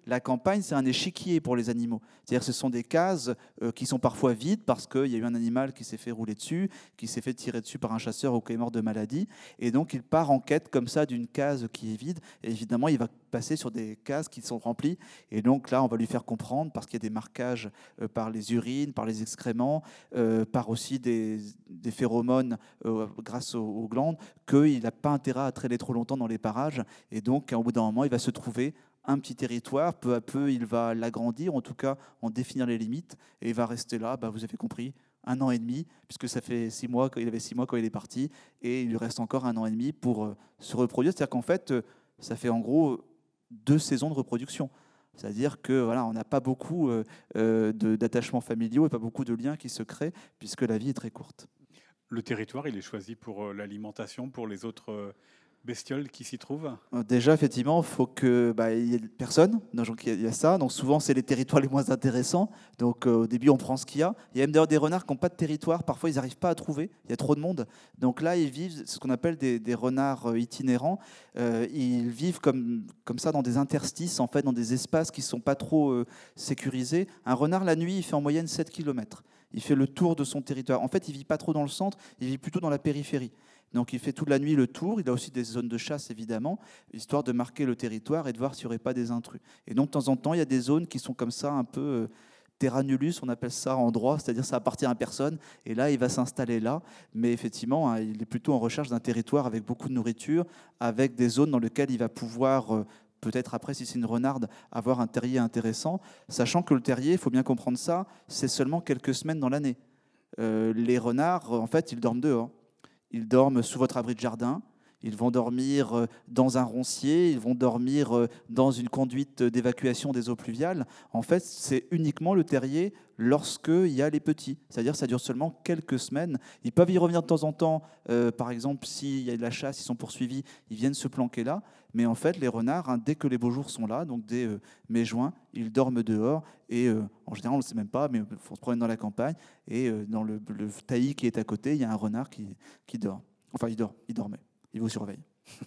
La campagne, c'est un échiquier pour les animaux. C'est-à-dire que ce sont des cases euh, qui sont parfois vides parce qu'il y a eu un animal qui s'est fait rouler dessus, qui s'est fait tirer dessus par un chasseur ou qui est mort de maladie. Et donc, il part en quête comme ça d'une case qui est vide. Et évidemment, il va passer sur des cases qui sont remplies. Et donc là, on va lui faire comprendre, parce qu'il y a des marquages euh, par les urines, par les excréments, euh, par aussi des, des phéromones euh, grâce aux, aux glandes, qu'il n'a pas intérêt à traîner trop longtemps dans les parages. Et donc, au bout d'un moment, il va se trouver un petit territoire. Peu à peu, il va l'agrandir, en tout cas, en définir les limites. Et il va rester là, bah, vous avez compris, un an et demi, puisque ça fait six mois, il avait six mois quand il est parti, et il lui reste encore un an et demi pour euh, se reproduire. C'est-à-dire qu'en fait, euh, ça fait en gros deux saisons de reproduction. C'est-à-dire que voilà, on n'a pas beaucoup euh, euh, de, d'attachements familiaux et pas beaucoup de liens qui se créent, puisque la vie est très courte. Le territoire, il est choisi pour euh, l'alimentation, pour les autres euh, bestioles qui s'y trouvent? Déjà, effectivement, il faut qu'il bah, y ait personne. Donc, il y a ça. Donc, souvent, c'est les territoires les moins intéressants. Donc, euh, au début, on prend ce qu'il y a. Il y a même d'ailleurs des renards qui n'ont pas de territoire. Parfois, ils n'arrivent pas à trouver. Il y a trop de monde. Donc là, ils vivent ce qu'on appelle des, des renards itinérants. Euh, ils vivent comme, comme ça dans des interstices, en fait, dans des espaces qui ne sont pas trop euh, sécurisés. Un renard, la nuit, il fait en moyenne sept kilomètres. Il fait le tour de son territoire. En fait, il ne vit pas trop dans le centre, il vit plutôt dans la périphérie. Donc il fait toute la nuit le tour, il a aussi des zones de chasse évidemment, histoire de marquer le territoire et de voir s'il n'y aurait pas des intrus. Et donc de temps en temps, il y a des zones qui sont comme ça un peu euh, terra nullius, on appelle ça en droit, c'est-à-dire ça appartient à personne, et là il va s'installer là, mais effectivement hein, il est plutôt en recherche d'un territoire avec beaucoup de nourriture, avec des zones dans lesquelles il va pouvoir... Euh, peut-être après, si c'est une renarde, avoir un terrier intéressant, sachant que le terrier, il faut bien comprendre ça, c'est seulement quelques semaines dans l'année. Euh, les renards, en fait, ils dorment dehors. Ils dorment sous votre abri de jardin, ils vont dormir dans un roncier, ils vont dormir dans une conduite d'évacuation des eaux pluviales. En fait, c'est uniquement le terrier lorsqu'il y a les petits. C'est-à-dire que ça dure seulement quelques semaines. Ils peuvent y revenir de temps en temps. Euh, par exemple, s'il y a de la chasse, ils sont poursuivis, ils viennent se planquer là. Mais en fait, les renards, hein, dès que les beaux jours sont là, donc dès euh, mai-juin, ils dorment dehors. Et euh, en général, on ne le sait même pas, mais il faut se promener dans la campagne. Et euh, dans le, le taillis qui est à côté, il y a un renard qui, qui dort. Enfin, il dort, il dormait. Il vous surveille.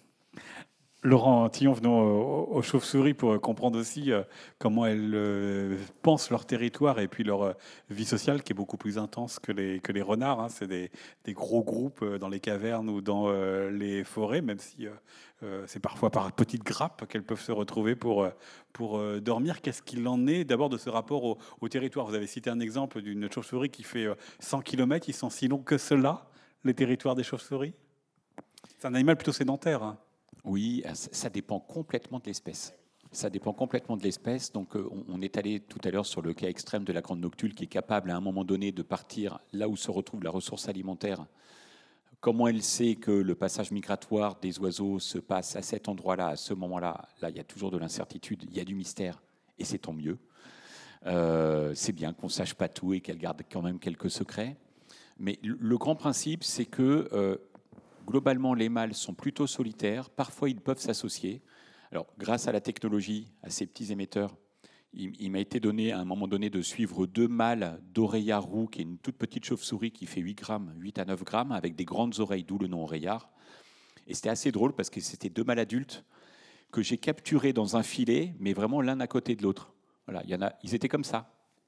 Laurent Tillon, venons aux chauves-souris pour comprendre aussi comment elles pensent leur territoire et puis leur vie sociale qui est beaucoup plus intense que les, que les renards. C'est des, des gros groupes dans les cavernes ou dans les forêts, même si c'est parfois par petites grappes qu'elles peuvent se retrouver pour, pour dormir. Qu'est-ce qu'il en est d'abord de ce rapport au, au territoire? Vous avez cité un exemple d'une chauve-souris qui fait cent kilomètres. Ils sont si longs que cela, les territoires des chauves-souris? C'est un animal plutôt sédentaire. Hein. Oui, ça dépend complètement de l'espèce. Ça dépend complètement de l'espèce. Donc, on est allé tout à l'heure sur le cas extrême de la grande noctule qui est capable à un moment donné de partir là où se retrouve la ressource alimentaire. Comment elle sait que le passage migratoire des oiseaux se passe à cet endroit-là, à ce moment-là? Là, il y a toujours de l'incertitude, il y a du mystère, et c'est tant mieux. Euh, c'est bien qu'on ne sache pas tout et qu'elle garde quand même quelques secrets. Mais le grand principe, c'est que... Euh, globalement, les mâles sont plutôt solitaires. Parfois, ils peuvent s'associer. Alors, grâce à la technologie, à ces petits émetteurs, il, il m'a été donné à un moment donné de suivre deux mâles d'oreillard roux, qui est une toute petite chauve-souris qui fait huit grammes, huit à neuf grammes, avec des grandes oreilles, d'où le nom oreillard. Et c'était assez drôle parce que c'était deux mâles adultes que j'ai capturés dans un filet, mais vraiment l'un à côté de l'autre. Voilà, il y en a, ils étaient comme ça.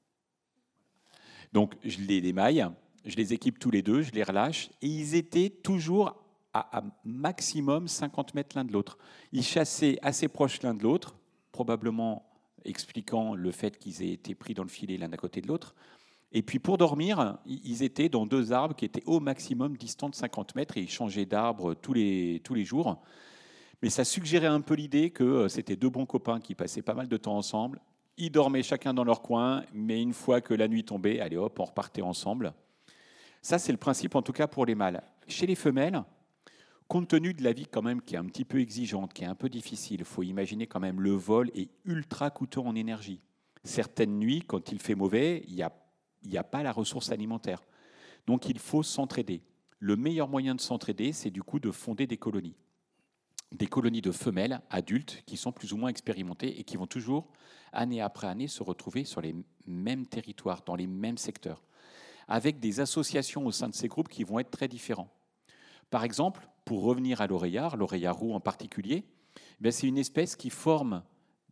Donc, je les démaille, je les équipe tous les deux, je les relâche, et ils étaient toujours à, à maximum cinquante mètres l'un de l'autre. Ils chassaient assez proches l'un de l'autre, probablement expliquant le fait qu'ils aient été pris dans le filet l'un à côté de l'autre. Et puis pour dormir, ils étaient dans deux arbres qui étaient au maximum distants de cinquante mètres et ils changeaient d'arbre tous les, tous les jours. Mais ça suggérait un peu l'idée que c'était deux bons copains qui passaient pas mal de temps ensemble. Ils dormaient chacun dans leur coin, mais une fois que la nuit tombait, allez hop, on repartait ensemble. Ça, c'est le principe en tout cas pour les mâles. Chez les femelles, compte tenu de la vie quand même qui est un petit peu exigeante, qui est un peu difficile, il faut imaginer quand même le vol est ultra coûteux en énergie. Certaines nuits, quand il fait mauvais, il n'y a, il n'y a pas la ressource alimentaire. Donc il faut s'entraider. Le meilleur moyen de s'entraider, c'est du coup de fonder des colonies. Des colonies de femelles adultes qui sont plus ou moins expérimentées et qui vont toujours, année après année, se retrouver sur les mêmes territoires, dans les mêmes secteurs, avec des associations au sein de ces groupes qui vont être très différents. Par exemple, pour revenir à l'oreillard, l'oreillard roux en particulier, c'est une espèce qui forme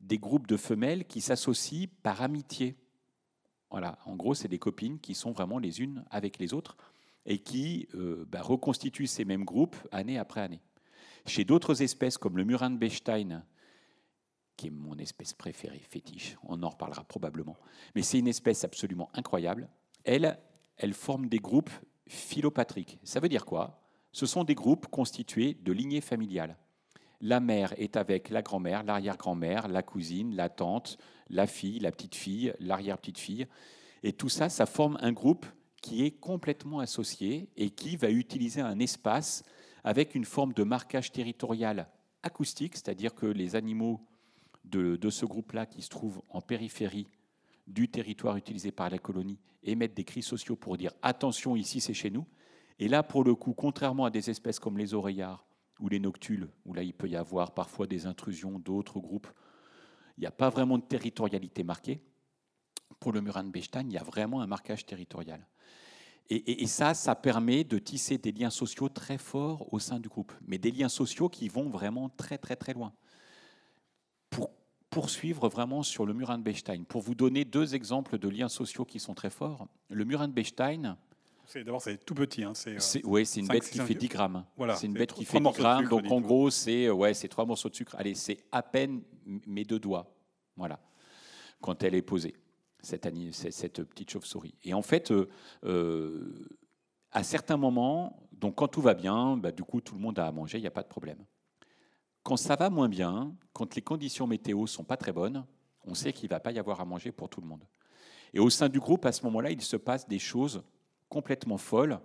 des groupes de femelles qui s'associent par amitié. Voilà, en gros, c'est des copines qui sont vraiment les unes avec les autres et qui euh, bah, reconstituent ces mêmes groupes année après année. Chez d'autres espèces, comme le murin de Bechstein, qui est mon espèce préférée, fétiche, on en reparlera probablement, mais c'est une espèce absolument incroyable, elle, elle forme des groupes philopatriques. Ça veut dire quoi ? Ce sont des groupes constitués de lignées familiales. La mère est avec la grand-mère, l'arrière-grand-mère, la cousine, la tante, la fille, la petite-fille, l'arrière-petite-fille. Et tout ça, ça forme un groupe qui est complètement associé et qui va utiliser un espace avec une forme de marquage territorial acoustique, c'est-à-dire que les animaux de, de ce groupe-là, qui se trouvent en périphérie du territoire utilisé par la colonie, émettent des cris sociaux pour dire « attention, ici c'est chez nous ». Et là, pour le coup, contrairement à des espèces comme les oreillards ou les noctules, où là il peut y avoir parfois des intrusions d'autres groupes, il n'y a pas vraiment de territorialité marquée. Pour le murin de Bechstein, il y a vraiment un marquage territorial. Et, et, et ça, ça permet de tisser des liens sociaux très forts au sein du groupe, mais des liens sociaux qui vont vraiment très très très loin. Pour poursuivre vraiment sur le murin de Bechstein, pour vous donner deux exemples de liens sociaux qui sont très forts, le murin de Bechstein, C'est, d'abord, c'est tout petit. Hein, c'est, c'est, ouais, c'est une cinq, bête qui fait dix grammes. Voilà, c'est une c'est bête trois, qui fait dix grammes. Donc, en tout. gros, c'est, ouais, c'est trois morceaux de sucre. Allez, c'est à peine mes deux doigts. Voilà. Quand elle est posée, cette, cette petite chauve-souris. Et en fait, euh, euh, à certains moments, donc quand tout va bien, bah, du coup, tout le monde a à manger, il n'y a pas de problème. Quand ça va moins bien, quand les conditions météo ne sont pas très bonnes, on sait qu'il ne va pas y avoir à manger pour tout le monde. Et au sein du groupe, à ce moment-là, il se passe des choses complètement folles.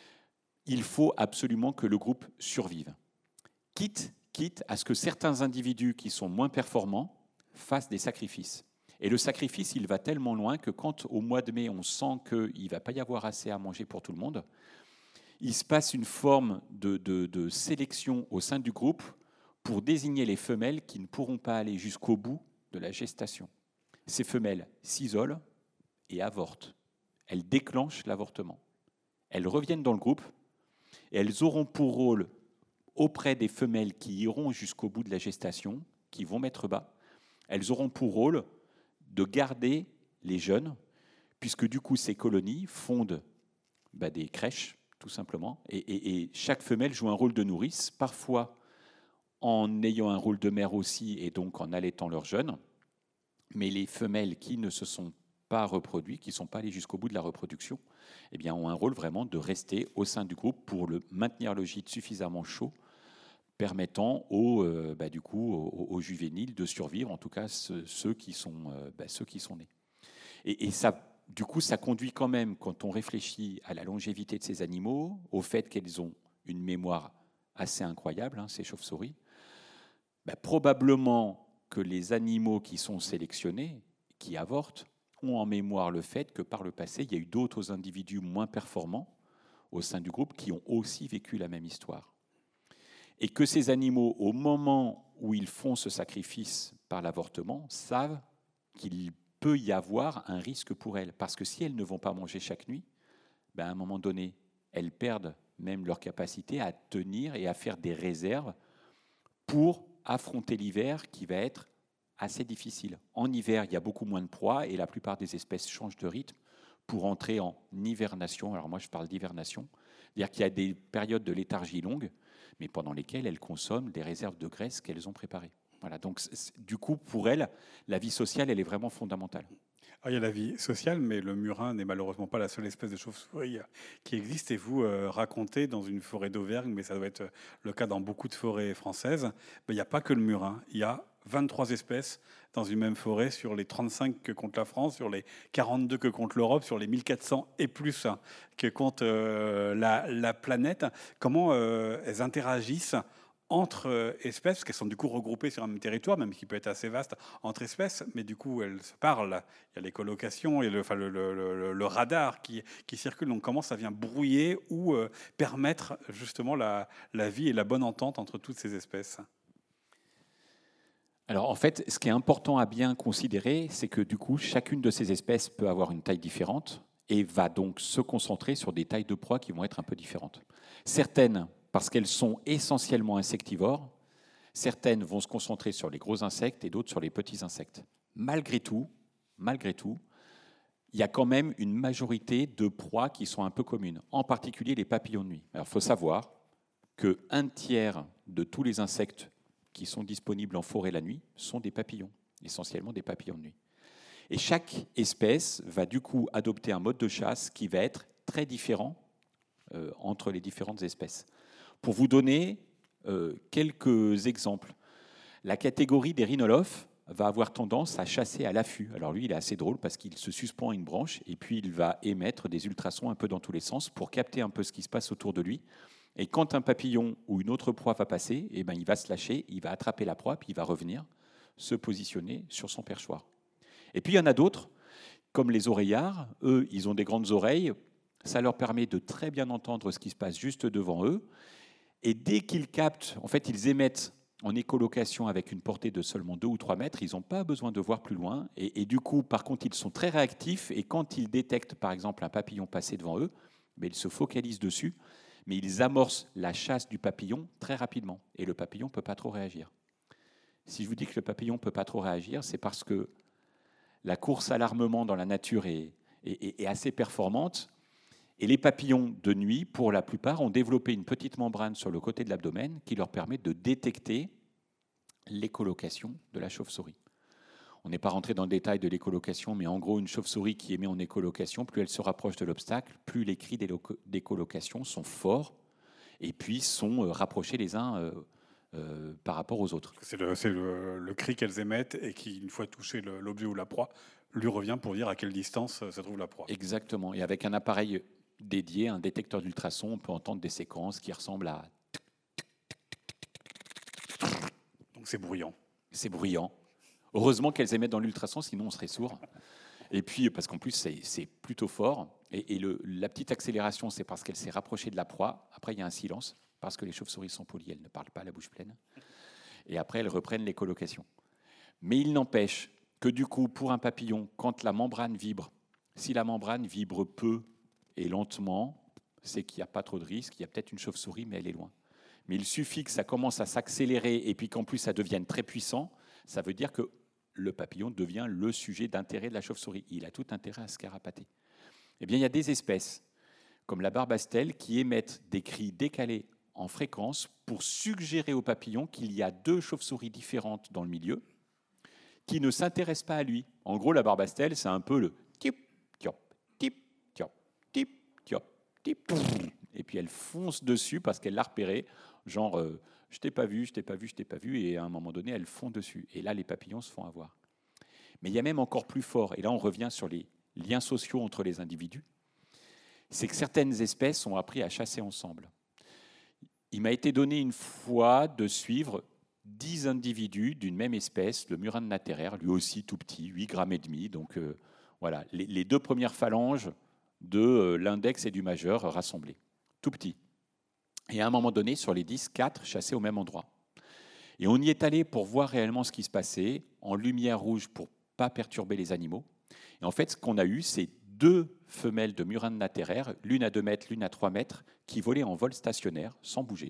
Il faut absolument que le groupe survive. Quitte, quitte à ce que certains individus qui sont moins performants fassent des sacrifices. Et le sacrifice, il va tellement loin que quand, au mois de mai, on sent qu'il ne va pas y avoir assez à manger pour tout le monde, il se passe une forme de, de, de sélection au sein du groupe pour désigner les femelles qui ne pourront pas aller jusqu'au bout de la gestation. Ces femelles s'isolent et avortent. Elles déclenchent l'avortement. Elles reviennent dans le groupe et elles auront pour rôle, auprès des femelles qui iront jusqu'au bout de la gestation, qui vont mettre bas, elles auront pour rôle de garder les jeunes, puisque du coup ces colonies fondent bah, des crèches, tout simplement, et, et, et chaque femelle joue un rôle de nourrice, parfois en ayant un rôle de mère aussi, et donc en allaitant leurs jeunes, mais les femelles qui ne se sont pas reproduites, qui ne sont pas allées jusqu'au bout de la reproduction, eh bien, ont un rôle vraiment de rester au sein du groupe pour le maintenir le gîte suffisamment chaud, permettant aux, euh, bah, du coup, aux, aux juvéniles de survivre, en tout cas ceux, ceux, qui, sont, euh, bah, ceux qui sont nés. Et, et ça, du coup, ça conduit quand même, quand on réfléchit à la longévité de ces animaux, au fait qu'elles ont une mémoire assez incroyable, hein, ces chauves-souris, bah, probablement que les animaux qui sont sélectionnés, qui avortent, ont en mémoire le fait que par le passé, il y a eu d'autres individus moins performants au sein du groupe qui ont aussi vécu la même histoire. Et que ces animaux, au moment où ils font ce sacrifice par l'avortement, savent qu'il peut y avoir un risque pour elles. Parce que si elles ne vont pas manger chaque nuit, ben à un moment donné, elles perdent même leur capacité à tenir et à faire des réserves pour affronter l'hiver qui va être assez difficile. En hiver, il y a beaucoup moins de proies et la plupart des espèces changent de rythme pour entrer en hivernation. Alors moi, je parle d'hivernation. C'est-à-dire qu'il y a des périodes de léthargie longue, mais pendant lesquelles elles consomment des réserves de graisse qu'elles ont préparées. Voilà, donc du coup, pour elles, la vie sociale, elle est vraiment fondamentale. Ah, il y a la vie sociale, mais le murin n'est malheureusement pas la seule espèce de chauve-souris qui existe. Et vous euh, racontez dans une forêt d'Auvergne, mais ça doit être le cas dans beaucoup de forêts françaises, ben, il n'y a pas que le murin. Il y a vingt-trois espèces dans une même forêt sur les trente-cinq que compte la France, sur les quarante-deux que compte l'Europe, sur les mille quatre cents et plus hein, que compte euh, la, la planète. Comment euh, elles interagissent entre espèces, parce qu'elles sont du coup regroupées sur un même territoire, même qui peut être assez vaste entre espèces, mais du coup elles se parlent. Il y a les colocations, il y a le, enfin, le, le, le, le radar qui, qui circule. Donc comment ça vient brouiller ou euh, permettre justement la, la vie et la bonne entente entre toutes ces espèces ? Alors en fait, ce qui est important à bien considérer, c'est que du coup, chacune de ces espèces peut avoir une taille différente et va donc se concentrer sur des tailles de proies qui vont être un peu différentes. Certaines, parce qu'elles sont essentiellement insectivores, Certaines vont se concentrer sur les gros insectes et d'autres sur les petits insectes. Malgré tout, malgré tout, il y a quand même une majorité de proies qui sont un peu communes, en particulier les papillons de nuit. Alors, il faut savoir qu'un tiers de tous les insectes qui sont disponibles en forêt la nuit sont des papillons, essentiellement des papillons de nuit. Et chaque espèce va du coup adopter un mode de chasse qui va être très différent euh, entre les différentes espèces. Pour vous donner euh, quelques exemples, la catégorie des rhinolophes va avoir tendance à chasser à l'affût. Alors lui, il est assez drôle parce qu'il se suspend à une branche et puis il va émettre des ultrasons un peu dans tous les sens pour capter un peu ce qui se passe autour de lui. Et quand un papillon ou une autre proie va passer, eh ben, il va se lâcher, il va attraper la proie, puis il va revenir se positionner sur son perchoir. Et puis il y en a d'autres, comme les oreillards. Eux, ils ont des grandes oreilles. Ça leur permet de très bien entendre ce qui se passe juste devant eux. Et dès qu'ils captent, en fait, ils émettent en écolocation avec une portée de seulement deux ou trois mètres, ils n'ont pas besoin de voir plus loin. Et, et du coup, par contre, ils sont très réactifs. Et quand ils détectent, par exemple, un papillon passer devant eux, mais ils se focalisent dessus, mais ils amorcent la chasse du papillon très rapidement. Et le papillon ne peut pas trop réagir. Si je vous dis que le papillon ne peut pas trop réagir, c'est parce que la course à l'armement dans la nature est, est, est assez performante. Et les papillons de nuit, pour la plupart, ont développé une petite membrane sur le côté de l'abdomen qui leur permet de détecter l'écolocation de la chauve-souris. On n'est pas rentré dans le détail de l'écolocation, mais en gros, une chauve-souris qui est mise en écolocation, plus elle se rapproche de l'obstacle, plus les cris d'écolocation sont forts et puis sont rapprochés les uns euh, euh, par rapport aux autres. C'est le, c'est le, le cri qu'elles émettent et qui, une fois touché le, l'objet ou la proie, lui revient pour dire à quelle distance se trouve la proie. Exactement. Et avec un appareil dédié, un détecteur d'ultrasons, on peut entendre des séquences qui ressemblent à... Donc c'est bruyant. C'est bruyant. Heureusement qu'elles émettent dans l'ultrason, sinon on serait sourd. Et puis, parce qu'en plus, c'est, c'est plutôt fort. Et, et le, la petite accélération, c'est parce qu'elle s'est rapprochée de la proie. Après, il y a un silence, parce que les chauves-souris sont polies, elles ne parlent pas à la bouche pleine. Et après, elles reprennent l'écolocation. Mais il n'empêche que du coup, pour un papillon, quand la membrane vibre, si la membrane vibre peu et lentement, c'est qu'il n'y a pas trop de risque. Il y a peut-être une chauve-souris, mais elle est loin. Mais il suffit que ça commence à s'accélérer et puis qu'en plus, ça devienne très puissant. Ça veut dire que le papillon devient le sujet d'intérêt de la chauve-souris. Il a tout intérêt à se carapater. Eh bien, il y a des espèces, comme la barbastelle, qui émettent des cris décalés en fréquence pour suggérer au papillon qu'il y a deux chauves-souris différentes dans le milieu qui ne s'intéressent pas à lui. En gros, la barbastelle, c'est un peu le tip, tiop, tip, tiop, tip, tiop, tip. Et puis elle fonce dessus parce qu'elle l'a repéré, genre euh, je t'ai pas vu, je t'ai pas vu, je t'ai pas vu, et à un moment donné, elle fond dessus. Et là, les papillons se font avoir. Mais il y a même encore plus fort, et là on revient sur les liens sociaux entre les individus, c'est que certaines espèces ont appris à chasser ensemble. Il m'a été donné une fois de suivre dix individus d'une même espèce, le murin de nateraire, lui aussi tout petit, huit grammes et demi. Donc euh, voilà, les, les deux premières phalanges de euh, l'index et du majeur rassemblés, tout petits. Et à un moment donné, sur les dix, quatre chassaient au même endroit. Et on y est allé pour voir réellement ce qui se passait, en lumière rouge pour ne pas perturber les animaux. Et en fait, ce qu'on a eu, c'est deux femelles de murin de nateraire, l'une à deux mètres, l'une à trois mètres, qui volaient en vol stationnaire, sans bouger.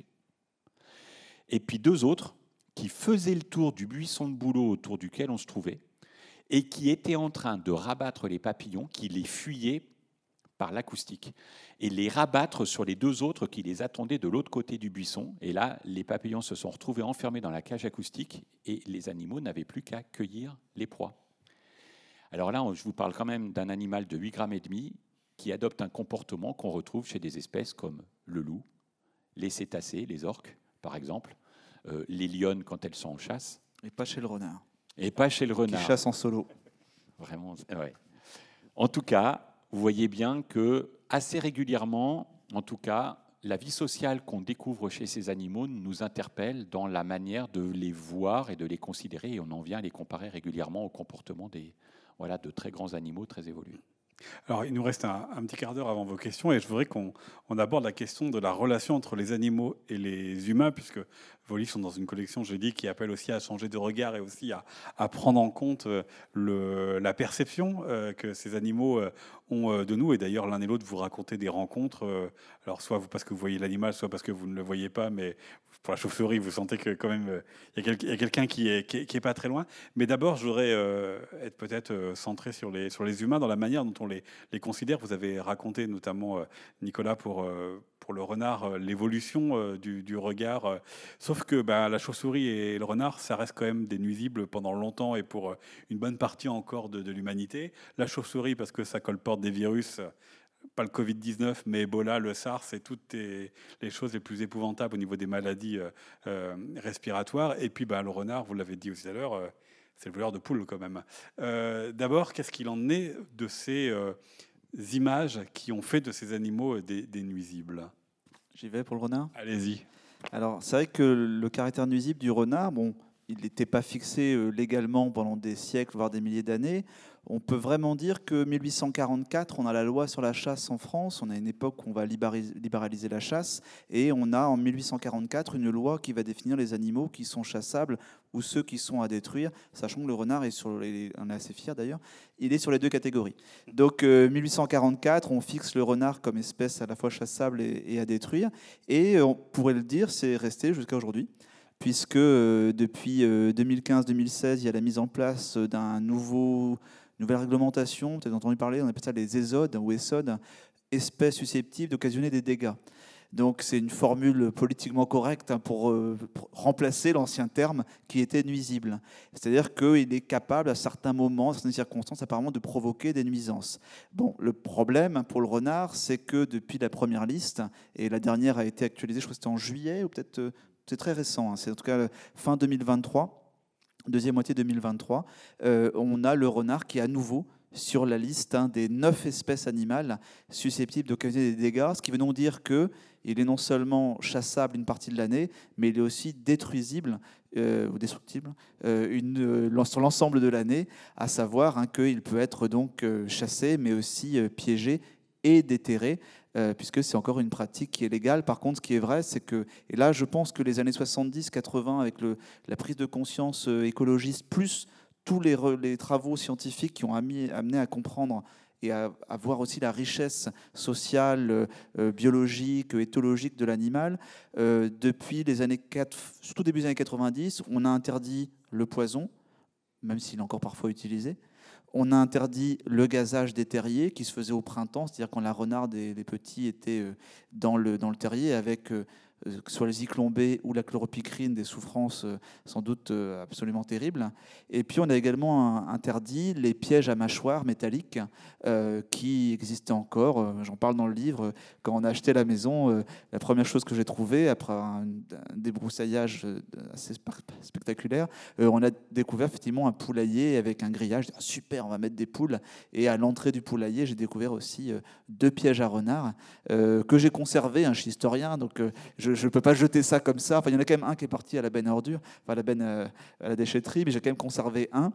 Et puis deux autres qui faisaient le tour du buisson de bouleau autour duquel on se trouvait et qui étaient en train de rabattre les papillons qui les fuyaient par l'acoustique et les rabattre sur les deux autres qui les attendaient de l'autre côté du buisson. Et là, les papillons se sont retrouvés enfermés dans la cage acoustique et les animaux n'avaient plus qu'à cueillir les proies. Alors là, je vous parle quand même d'un animal de huit grammes et demi qui adopte un comportement qu'on retrouve chez des espèces comme le loup, les cétacés, les orques, par exemple, euh, les lionnes quand elles sont en chasse. Et pas chez le renard. Et pas chez le renard. Qui chasse en solo. Vraiment, ouais. En tout cas, vous voyez bien que assez régulièrement, en tout cas, la vie sociale qu'on découvre chez ces animaux nous interpelle dans la manière de les voir et de les considérer, et on en vient à les comparer régulièrement au comportement des, voilà, de très grands animaux très évolués. Alors, il nous reste un, un petit quart d'heure avant vos questions et je voudrais qu'on on aborde la question de la relation entre les animaux et les humains, puisque vos livres sont dans une collection, je dis, qui appelle aussi à changer de regard et aussi à, à prendre en compte le, la perception euh, que ces animaux euh, ont euh, de nous. Et d'ailleurs, l'un et l'autre, vous racontez des rencontres. Euh, alors, soit vous, parce que vous voyez l'animal, soit parce que vous ne le voyez pas. Mais pour la chauve-souris, vous sentez que quand même, il euh, y a quelqu'un qui est, qui, est, qui est pas très loin. Mais d'abord, je voudrais euh, être peut-être euh, centré sur les, sur les humains, dans la manière dont on les, les considère. Vous avez raconté, notamment, euh, Nicolas, pour... Euh, pour le renard, l'évolution euh, du, du regard. Euh, sauf que bah, la chauve-souris et le renard, ça reste quand même des nuisibles pendant longtemps et pour euh, une bonne partie encore de, de l'humanité. La chauve-souris, parce que ça colporte des virus, euh, pas le covid dix-neuf, mais Ebola, le SARS, et toutes les, les choses les plus épouvantables au niveau des maladies euh, euh, respiratoires. Et puis bah, le renard, vous l'avez dit aussi tout à l'heure, euh, c'est le voleur de poules quand même. Euh, d'abord, qu'est-ce qu'il en est de ces... Euh, images qui ont fait de ces animaux des, des nuisibles? J'y vais pour le renard. Allez-y. Alors, c'est vrai que le caractère nuisible du renard, bon, il n'était pas fixé légalement pendant des siècles, voire des milliers d'années. On peut vraiment dire que mille huit cent quarante-quatre, on a la loi sur la chasse en France. On a une époque où on va libéraliser la chasse. Et on a en mille huit cent quarante-quatre une loi qui va définir les animaux qui sont chassables ou ceux qui sont à détruire, sachant que le renard est sur les, on est assez fiers d'ailleurs, il est sur les deux catégories. Donc euh, mille huit cent quarante-quatre, on fixe le renard comme espèce à la fois chassable et, et à détruire. Et on pourrait le dire, c'est resté jusqu'à aujourd'hui, puisque euh, depuis euh, deux mille quinze deux mille seize, il y a la mise en place d'un nouveau... nouvelle réglementation, peut-être entendu parler, on appelle ça les ésodes ou ésodes, espèces susceptibles d'occasionner des dégâts. Donc c'est une formule politiquement correcte pour, euh, pour remplacer l'ancien terme qui était nuisible. C'est-à-dire qu'il est capable à certains moments, à certaines circonstances apparemment, de provoquer des nuisances. Bon, le problème pour le renard, c'est que depuis la première liste, et la dernière a été actualisée, je crois que c'était en juillet, ou peut-être euh, c'est très récent, hein, c'est en tout cas fin deux mille vingt-trois, deuxième moitié deux mille vingt-trois, euh, on a le renard qui est à nouveau sur la liste hein, des neuf espèces animales susceptibles d'occasionner des dégâts, ce qui veut donc dire qu'il est non seulement chassable une partie de l'année, mais il est aussi détruisible euh, ou destructible euh, une, euh, sur l'ensemble de l'année, à savoir hein, qu'il peut être donc euh, chassé, mais aussi euh, piégé et déterré, euh, puisque c'est encore une pratique qui est légale. Par contre, ce qui est vrai, c'est que, et là je pense que les années soixante-dix quatre-vingts, avec le, la prise de conscience euh, écologiste, plus tous les, les travaux scientifiques qui ont amené, amené à comprendre et à, à voir aussi la richesse sociale, euh, biologique, éthologique de l'animal, euh, depuis les années quatre, surtout début des années quatre-vingt-dix, on a interdit le poison, même s'il est encore parfois utilisé. On a interdit le gazage des terriers qui se faisait au printemps, c'est-à-dire quand la renarde et les petits étaient dans le, dans le terrier avec euh, que ce soit le zyklon B ou la chloropicrine, des souffrances euh, sans doute euh, absolument terribles. Et puis on a également interdit les pièges à mâchoire métalliques euh, qui existaient encore. Euh, j'en parle dans le livre. Quand on a acheté la maison, euh, la première chose que j'ai trouvée, après un, un débroussaillage assez spectaculaire, euh, on a découvert effectivement un poulailler avec un grillage. Ah, super, on va mettre des poules. Et à l'entrée du poulailler, j'ai découvert aussi euh, deux pièges à renard euh, que j'ai conservés. Hein, je suis historien, donc euh, je Je ne peux pas jeter ça comme ça. Enfin, il y en a quand même un qui est parti à la benne à ordures, enfin à la benne euh, à la déchetterie, mais j'ai quand même conservé un.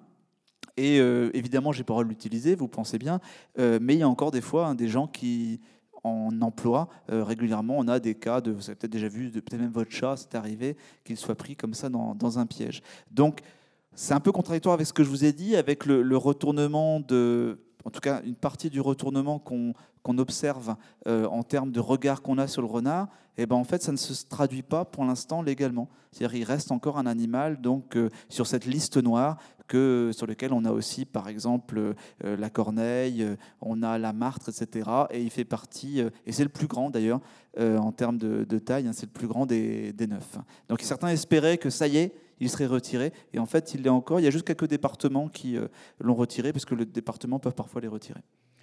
Et euh, évidemment, j'ai pas le droit de l'utiliser, vous pensez bien. Euh, mais il y a encore des fois hein, des gens qui en emploient euh, régulièrement. On a des cas de, vous avez peut-être déjà vu, de, peut-être même votre chat, c'est arrivé qu'il soit pris comme ça dans, dans un piège. Donc, c'est un peu contradictoire avec ce que je vous ai dit, avec le, le retournement de... En tout cas, une partie du retournement qu'on qu'on observe euh, en termes de regard qu'on a sur le renard, eh ben, en fait, ça ne se traduit pas pour l'instant légalement. C'est-à-dire qu'il reste encore un animal donc, euh, sur cette liste noire que, sur laquelle on a aussi, par exemple, euh, la corneille, euh, on a la martre, et cetera. Et il fait partie, euh, et c'est le plus grand d'ailleurs, euh, en termes de, de taille, hein, c'est le plus grand des, des neuf. Donc certains espéraient que ça y est, il serait retiré. Et en fait, il l'est encore. Il y a juste quelques départements qui euh, l'ont retiré, parce que les départements peuvent parfois les retirer.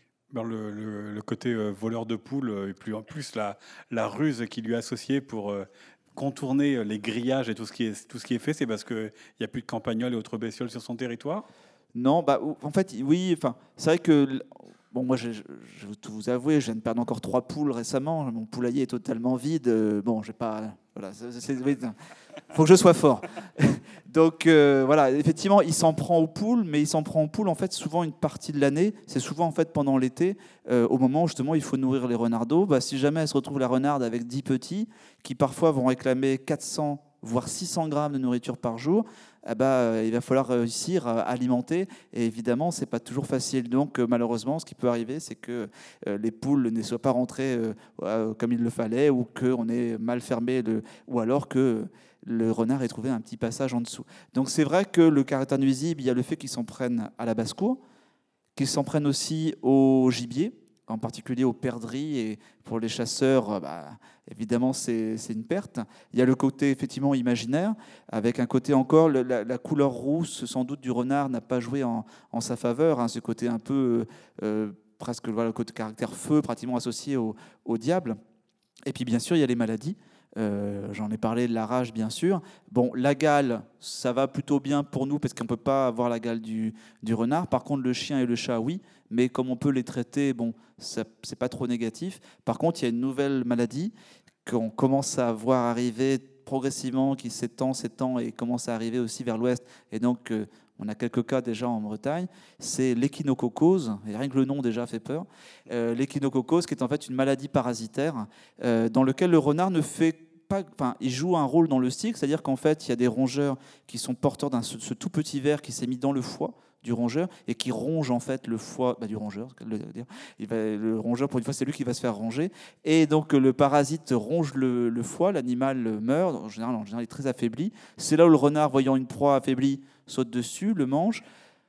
Le, le, le côté euh, voleur de poules, et plus en plus la, la ruse qui lui est associée pour euh, contourner les grillages et tout ce qui est, tout ce qui est fait, c'est parce qu'il n'y a plus de campagnols et autres bestioles sur son territoire? Non, bah, en fait, oui. Enfin, c'est vrai que... Bon, moi, je, je, je vais tout vous avouer, je viens de perdre encore trois poules récemment. Mon poulailler est totalement vide. Bon, j'ai pas... Voilà, il faut que je sois fort. Donc euh, voilà, effectivement, il s'en prend aux poules, mais il s'en prend aux poules en fait souvent une partie de l'année. C'est souvent en fait pendant l'été, euh, au moment où justement il faut nourrir les renardeaux. Bah, si jamais elle se retrouve la renarde avec dix petits, qui parfois vont réclamer quatre cents voire six cents grammes de nourriture par jour, eh ben, il va falloir réussir à alimenter. Et évidemment, ce n'est pas toujours facile. Donc, malheureusement, ce qui peut arriver, c'est que les poules ne soient pas rentrées comme il le fallait, ou qu'on ait mal fermé, le, ou alors que le renard ait trouvé un petit passage en dessous. Donc, c'est vrai que le caractère nuisible, il y a le fait qu'ils s'en prennent à la basse-cour, qu'ils s'en prennent aussi au gibier, en particulier aux perdrix, et pour les chasseurs, bah, évidemment, c'est, c'est une perte. Il y a le côté effectivement imaginaire, avec un côté encore, la, la couleur rousse, sans doute, du renard n'a pas joué en, en sa faveur, hein, ce côté un peu, euh, presque, voilà, le côté caractère feu, pratiquement associé au, au diable. Et puis, bien sûr, il y a les maladies. Euh, j'en ai parlé de la rage, bien sûr. Bon, la gale, ça va plutôt bien pour nous parce qu'on ne peut pas avoir la gale du, du renard. Par contre, le chien et le chat, oui. Mais comme on peut les traiter, bon, ce n'est pas trop négatif. Par contre, il y a une nouvelle maladie qu'on commence à voir arriver progressivement, qui s'étend, s'étend et commence à arriver aussi vers l'ouest. Et donc, euh, on a quelques cas déjà en Bretagne. C'est l'échinococose. Et rien que le nom déjà fait peur. Euh, l'échinococose, qui est en fait une maladie parasitaire euh, dans laquelle le renard ne fait pas, enfin, il joue un rôle dans le cycle, c'est-à-dire qu'en fait, il y a des rongeurs qui sont porteurs d'un ce, ce tout petit ver qui s'est mis dans le foie du rongeur et qui ronge en fait le foie bah, du rongeur. Il va, le rongeur, pour une fois, c'est lui qui va se faire ronger. Et donc, le parasite ronge le, le foie, l'animal meurt. En général, en général, il est très affaibli. C'est là où le renard, voyant une proie affaiblie, saute dessus, le mange.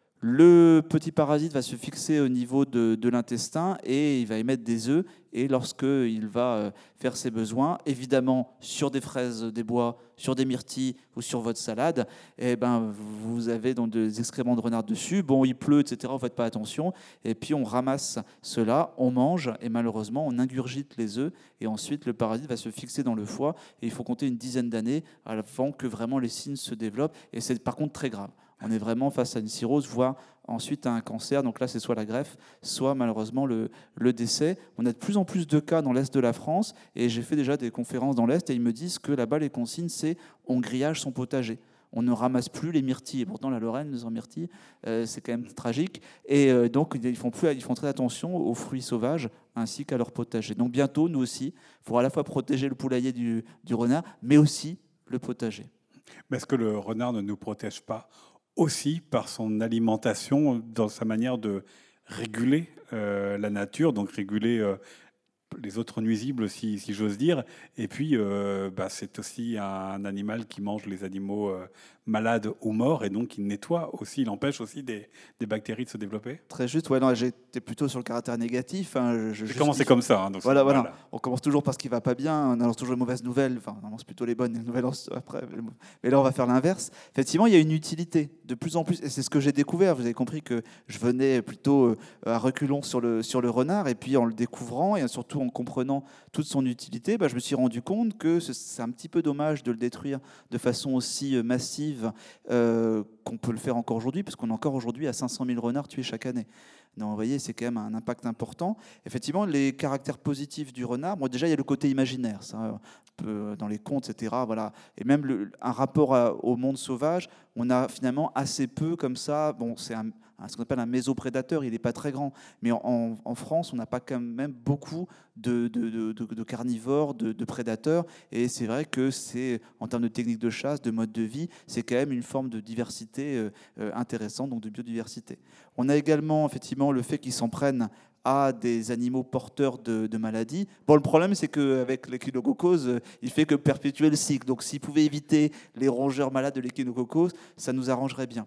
Le petit parasite va se fixer au niveau de, de l'intestin et il va émettre des œufs. Et lorsqu'il va faire ses besoins, évidemment sur des fraises des bois, sur des myrtilles ou sur votre salade, eh ben, vous avez donc des excréments de renard dessus. Bon, il pleut, et cetera, vous ne faites pas attention. Et puis on ramasse cela, on mange et malheureusement on ingurgite les œufs. Et ensuite le parasite va se fixer dans le foie. Et il faut compter une dizaine d'années avant que vraiment les signes se développent. Et c'est par contre très grave. On est vraiment face à une cirrhose, voire ensuite à un cancer. Donc là, c'est soit la greffe, soit malheureusement le, le décès. On a de plus en plus de cas dans l'Est de la France. Et j'ai fait déjà des conférences dans l'Est et ils me disent que là-bas, les consignes, c'est on grillage son potager. On ne ramasse plus les myrtilles. Et pourtant, la Lorraine, les myrtilles, euh, c'est quand même tragique. Et euh, donc, ils font, plus, ils font très attention aux fruits sauvages ainsi qu'à leur potager. Donc bientôt, nous aussi, il faudra à la fois protéger le poulailler du, du renard, mais aussi le potager. Mais est-ce que le renard ne nous protège pas aussi par son alimentation, dans sa manière de réguler euh, la nature, donc réguler euh, les autres nuisibles, si, si j'ose dire. Et puis, euh, bah, c'est aussi un animal qui mange les animaux euh, malades ou morts, et donc il nettoie aussi, il empêche aussi des, des bactéries de se développer. Très juste, ouais, non, j'étais plutôt sur le caractère négatif. Hein, je J'ai commencé comme ça. Hein, donc voilà, voilà. voilà. On commence toujours par ce qui ne va pas bien, on annonce toujours les mauvaises nouvelles, enfin, on annonce plutôt les bonnes les nouvelles après. Mais là, on va faire l'inverse. Effectivement, il y a une utilité de plus en plus, et c'est ce que j'ai découvert. Vous avez compris que je venais plutôt à reculons sur le, sur le renard, et puis en le découvrant, et surtout en comprenant toute son utilité, bah, je me suis rendu compte que c'est un petit peu dommage de le détruire de façon aussi massive euh, qu'on peut le faire encore aujourd'hui, parce qu'on est encore aujourd'hui à cinq cent mille renards tués chaque année. Donc, vous voyez, c'est quand même un impact important. Effectivement, les caractères positifs du renard, bon, déjà, il y a le côté imaginaire, ça, un peu dans les contes, et cetera. Voilà. Et même le, un rapport à, au monde sauvage, on a finalement assez peu comme ça. Bon, c'est un, un, ce qu'on appelle un mésoprédateur, il n'est pas très grand. Mais en, en, en France, on n'a pas quand même beaucoup de, de, de, de, de carnivores, de, de prédateurs. Et c'est vrai que c'est, en termes de techniques de chasse, de mode de vie, c'est quand même une forme de diversité euh, euh, intéressante, donc de biodiversité. On a également, effectivement, le fait qu'ils s'en prennent à des animaux porteurs de, de maladies. Bon, le problème, c'est qu'avec l'échinococose, il fait que perpétuer le cycle. Donc, s'il pouvait éviter les rongeurs malades de l'échinococose, ça nous arrangerait bien.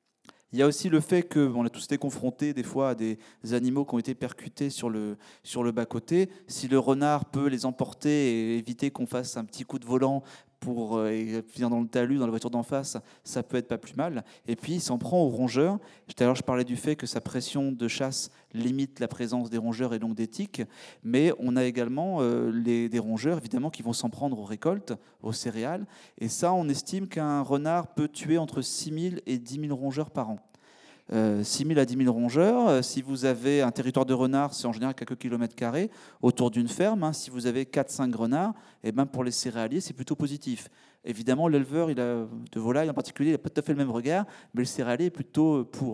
Il y a aussi le fait qu'on a tous été confrontés des fois à des animaux qui ont été percutés sur le, sur le bas-côté. Si le renard peut les emporter et éviter qu'on fasse un petit coup de volant pour euh, finir dans le talus, dans la voiture d'en face, ça peut être pas plus mal. Et puis, il s'en prend aux rongeurs. Tout à l'heure, je parlais du fait que sa pression de chasse limite la présence des rongeurs et donc des tiques. Mais on a également euh, les, des rongeurs, évidemment, qui vont s'en prendre aux récoltes, aux céréales. Et ça, on estime qu'un renard peut tuer entre six mille et dix mille rongeurs par an. Euh, six mille à dix mille rongeurs. Si vous avez un territoire de renards, c'est en général quelques kilomètres carrés autour d'une ferme. Hein. Si vous avez quatre cinq renards, eh ben pour les céréaliers, c'est plutôt positif. Évidemment, l'éleveur il a, de volaille en particulier, il n'a pas tout à fait le même regard, mais le céréalier est plutôt pour.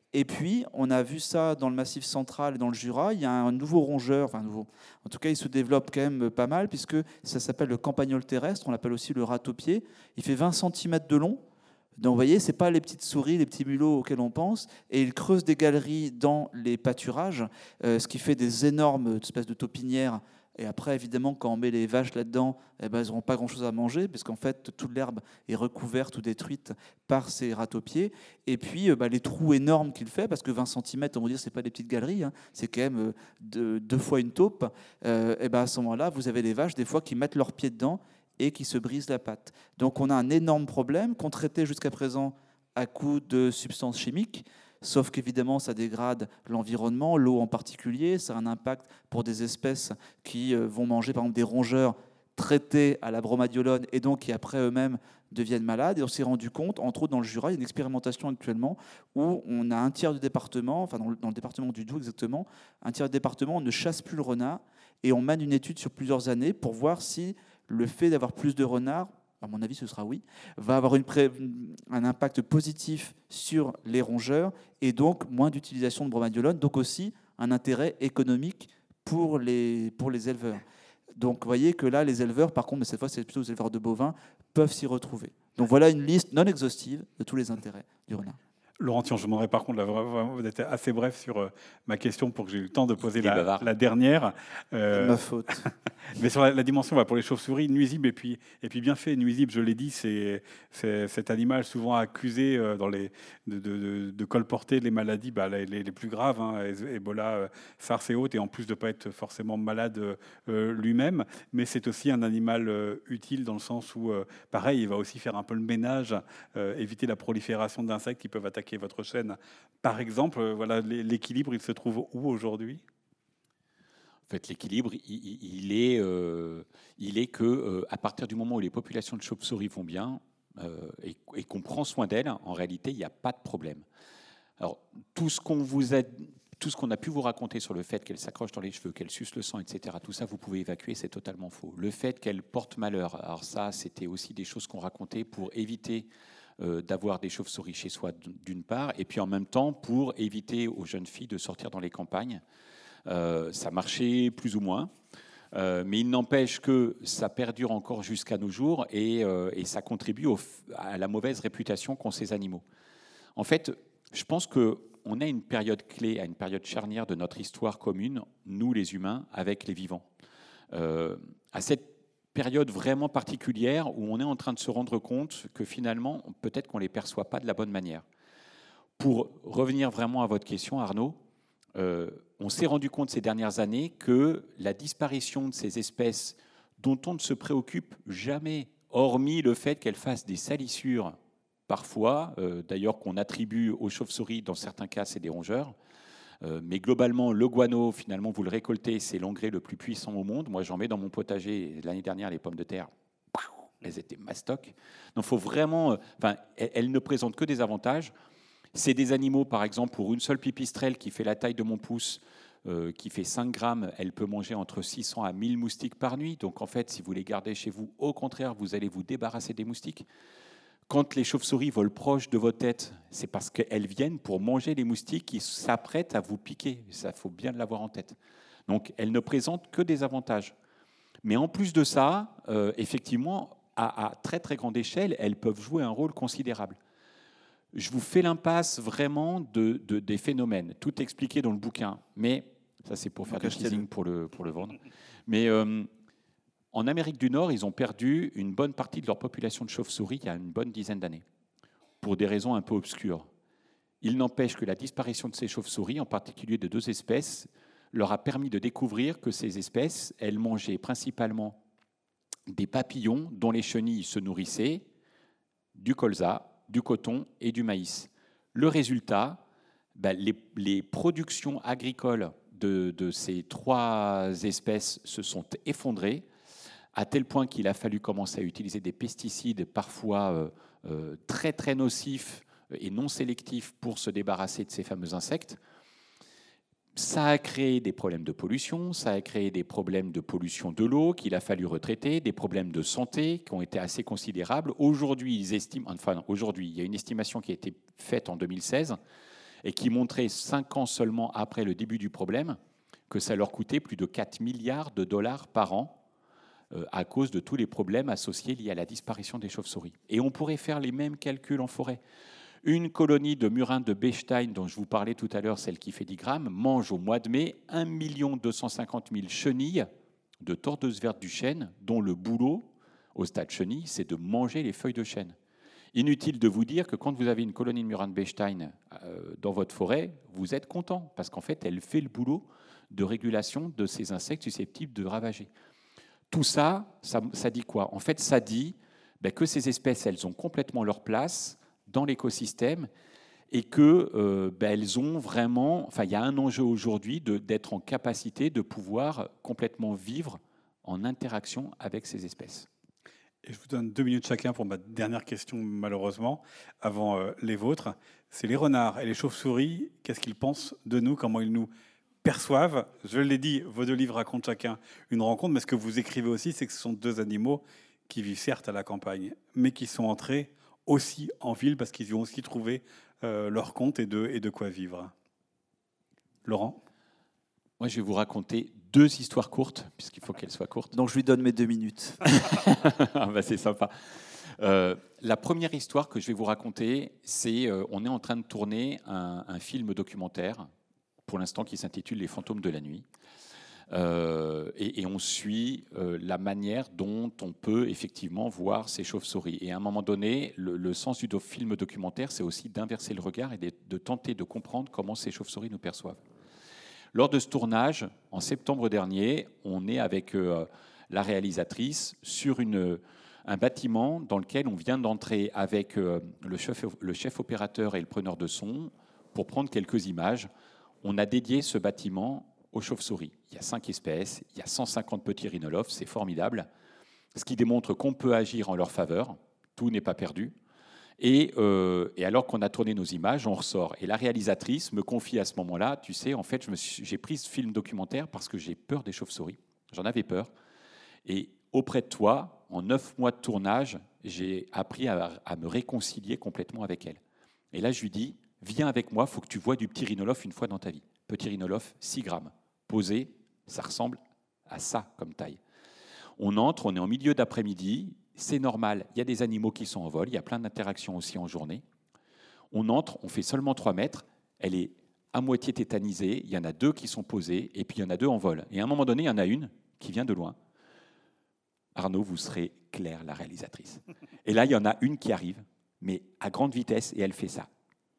Et puis, on a vu ça dans le Massif central et dans le Jura. Il y a un nouveau rongeur, enfin nouveau, en tout cas, il se développe quand même pas mal, puisque ça s'appelle le campagnol terrestre, on l'appelle aussi le râteau-pied. Il fait vingt centimètres de long. Donc, vous voyez, ce n'est pas les petites souris, les petits mulots auxquels on pense. Et il creuse des galeries dans les pâturages, euh, ce qui fait des énormes espèces de taupinières. Et après, évidemment, quand on met les vaches là-dedans, eh ben, elles n'auront pas grand-chose à manger, parce qu'en fait, toute l'herbe est recouverte ou détruite par ces râteaux-pieds. Et puis, bah, les trous énormes qu'il fait, parce que vingt centimètres, on va dire, ce n'est pas des petites galeries, hein, c'est quand même deux, deux fois une taupe. Euh, et ben, à ce moment-là, vous avez les vaches, des fois, qui mettent leurs pieds dedans et qui se brisent la patte. Donc, on a un énorme problème qu'on traitait jusqu'à présent à coup de substances chimiques. Sauf qu'évidemment, ça dégrade l'environnement, l'eau en particulier. Ça a un impact pour des espèces qui vont manger, par exemple, des rongeurs traités à la bromadiolone et donc qui, après eux-mêmes, deviennent malades. Et on s'est rendu compte, entre autres dans le Jura, il y a une expérimentation actuellement où on a un tiers du département, enfin dans le, dans le département du Doubs exactement, un tiers du département, on ne chasse plus le renard et on mène une étude sur plusieurs années pour voir si le fait d'avoir plus de renards, à mon avis ce sera oui, va avoir une pré... un impact positif sur les rongeurs et donc moins d'utilisation de bromadiolone, donc aussi un intérêt économique pour les, pour les éleveurs. Donc vous voyez que là, les éleveurs, par contre, mais cette fois c'est plutôt les éleveurs de bovins, peuvent s'y retrouver. Donc voilà une liste non exhaustive de tous les intérêts du renard. Laurent Tillon, je vous demanderai par contre, là, vraiment, vous êtes assez bref sur euh, ma question pour que j'ai eu le temps de poser la, la dernière. Euh, ma faute. Mais sur la, la dimension, voilà, pour les chauves-souris, nuisible et puis, et puis bien fait. Nuisible, je l'ai dit, c'est, c'est cet animal souvent accusé euh, dans les, de, de, de, de colporter les maladies bah, les, les plus graves, hein, Ebola, euh, SARS et autres, et en plus de ne pas être forcément malade euh, lui-même. Mais c'est aussi un animal euh, utile dans le sens où, euh, pareil, il va aussi faire un peu le ménage, euh, éviter la prolifération d'insectes qui peuvent attaquer votre chaîne. Par exemple, voilà, l'équilibre, il se trouve où aujourd'hui ? En fait, l'équilibre, il, il, est, euh, il est que euh, à partir du moment où les populations de chauves-souris vont bien euh, et, et qu'on prend soin d'elles, en réalité, il n'y a pas de problème. Alors, tout ce qu'on vous a, tout ce qu'on a pu vous raconter sur le fait qu'elles s'accrochent dans les cheveux, qu'elles sucent le sang, et cetera, tout ça, vous pouvez évacuer, c'est totalement faux. Le fait qu'elles portent malheur, alors ça, c'était aussi des choses qu'on racontait pour éviter Euh, d'avoir des chauves-souris chez soi d'une part, et puis en même temps pour éviter aux jeunes filles de sortir dans les campagnes. Euh, ça marchait plus ou moins, euh, mais il n'empêche que ça perdure encore jusqu'à nos jours et, euh, et ça contribue au, à la mauvaise réputation qu'ont ces animaux. En fait, je pense qu'on a une période clé, à une période charnière de notre histoire commune, nous les humains, avec les vivants. Euh, à cette période vraiment particulière où on est en train de se rendre compte que finalement, peut-être qu'on ne les perçoit pas de la bonne manière. Pour revenir vraiment à votre question, Arnaud, euh, on s'est rendu compte ces dernières années que la disparition de ces espèces dont on ne se préoccupe jamais, hormis le fait qu'elles fassent des salissures parfois, euh, d'ailleurs qu'on attribue aux chauves-souris, dans certains cas c'est des rongeurs, Euh, mais globalement, le guano, finalement, vous le récoltez, c'est l'engrais le plus puissant au monde. Moi, j'en mets dans mon potager. L'année dernière, les pommes de terre, elles étaient mastoc. Donc, il faut vraiment... Enfin, elles, elles ne présentent que des avantages. C'est des animaux, par exemple, pour une seule pipistrelle qui fait la taille de mon pouce, euh, qui fait cinq grammes, elle peut manger entre six cents à mille moustiques par nuit. Donc, en fait, si vous les gardez chez vous, au contraire, vous allez vous débarrasser des moustiques. Quand les chauves-souris volent proche de votre tête, c'est parce qu'elles viennent pour manger les moustiques qui s'apprêtent à vous piquer. Ça, faut bien l'avoir en tête. Donc, elles ne présentent que des avantages. Mais en plus de ça, euh, effectivement, à, à très très grande échelle, elles peuvent jouer un rôle considérable. Je vous fais l'impasse vraiment de, de, des phénomènes. Tout expliqué dans le bouquin. Mais ça, c'est pour faire du teasing pour le, pour le vendre. Mais... Euh, En Amérique du Nord, ils ont perdu une bonne partie de leur population de chauves-souris il y a une bonne dizaine d'années, pour des raisons un peu obscures. Il n'empêche que la disparition de ces chauves-souris, en particulier de deux espèces, leur a permis de découvrir que ces espèces, elles mangeaient principalement des papillons dont les chenilles se nourrissaient, du colza, du coton et du maïs. Le résultat, ben, les, les productions agricoles de, de ces trois espèces se sont effondrées, à tel point qu'il a fallu commencer à utiliser des pesticides parfois euh, euh, très très nocifs et non sélectifs pour se débarrasser de ces fameux insectes. Ça a créé des problèmes de pollution, ça a créé des problèmes de pollution de l'eau qu'il a fallu retraiter, des problèmes de santé qui ont été assez considérables. Aujourd'hui, ils estiment, enfin aujourd'hui, il y a une estimation qui a été faite en deux mille seize, et qui montraient, cinq ans seulement après le début du problème, que ça leur coûtait plus de quatre milliards de dollars par an euh, à cause de tous les problèmes associés liés à la disparition des chauves-souris. Et on pourrait faire les mêmes calculs en forêt. Une colonie de murins de Bechstein, dont je vous parlais tout à l'heure, celle qui fait dix grammes, mange au mois de mai un million deux cent cinquante mille chenilles de tordeuses vertes du chêne, dont le boulot, au stade chenille, c'est de manger les feuilles de chêne. Inutile de vous dire que quand vous avez une colonie de murins de Bechstein euh, dans votre forêt, vous êtes content, parce qu'en fait, elle fait le boulot de régulation de ces insectes susceptibles de ravager. Tout ça, ça, ça dit quoi? En fait, ça dit ben, que ces espèces, elles ont complètement leur place dans l'écosystème et que euh, ben, elles ont vraiment, enfin, il y a un enjeu aujourd'hui de, d'être en capacité de pouvoir complètement vivre en interaction avec ces espèces. Et je vous donne deux minutes chacun pour ma dernière question, malheureusement, avant euh, les vôtres. C'est les renards et les chauves-souris. Qu'est-ce qu'ils pensent de nous? Comment ils nous perçoivent? Je l'ai dit, vos deux livres racontent chacun une rencontre, mais ce que vous écrivez aussi, c'est que ce sont deux animaux qui vivent certes à la campagne, mais qui sont entrés aussi en ville parce qu'ils y ont aussi trouvé euh, leur compte et de, et de quoi vivre. Laurent? Moi, je vais vous raconter deux histoires courtes, puisqu'il faut qu'elles soient courtes. Donc je lui donne mes deux minutes. Ah bah, c'est sympa. Euh, la première histoire que je vais vous raconter, c'est euh, on est en train de tourner un, un film documentaire, pour l'instant qui s'intitule Les fantômes de la nuit. Euh, et, et on suit euh, la manière dont on peut effectivement voir ces chauves-souris. Et à un moment donné, le, le sens du do- film documentaire, c'est aussi d'inverser le regard et de, de tenter de comprendre comment ces chauves-souris nous perçoivent. Lors de ce tournage, en septembre dernier, on est avec euh, la réalisatrice sur une, un bâtiment dans lequel on vient d'entrer avec euh, le, chef, le chef opérateur et le preneur de son pour prendre quelques images. On a dédié ce bâtiment aux chauves-souris. Il y a cinq espèces, il y a cent cinquante petits rhinolophes, c'est formidable, ce qui démontre qu'on peut agir en leur faveur, tout n'est pas perdu. Et, euh, et alors qu'on a tourné nos images, on ressort. Et la réalisatrice me confie à ce moment-là, tu sais, en fait, je me suis, j'ai pris ce film documentaire parce que j'ai peur des chauves-souris. J'en avais peur. Et auprès de toi, en neuf mois de tournage, j'ai appris à, à me réconcilier complètement avec elle. Et là, je lui dis, viens avec moi, il faut que tu vois du petit rhinolophe une fois dans ta vie. Petit rhinolophe, six grammes. Posé, ça ressemble à ça comme taille. On entre, on est en milieu d'après-midi, c'est normal, il y a des animaux qui sont en vol, il y a plein d'interactions aussi en journée. On entre, on fait seulement trois mètres, elle est à moitié tétanisée, il y en a deux qui sont posées, et puis il y en a deux en vol. Et à un moment donné, il y en a une qui vient de loin. Arnaud, vous serez Claire, la réalisatrice. Et là, il y en a une qui arrive, mais à grande vitesse, et elle fait ça.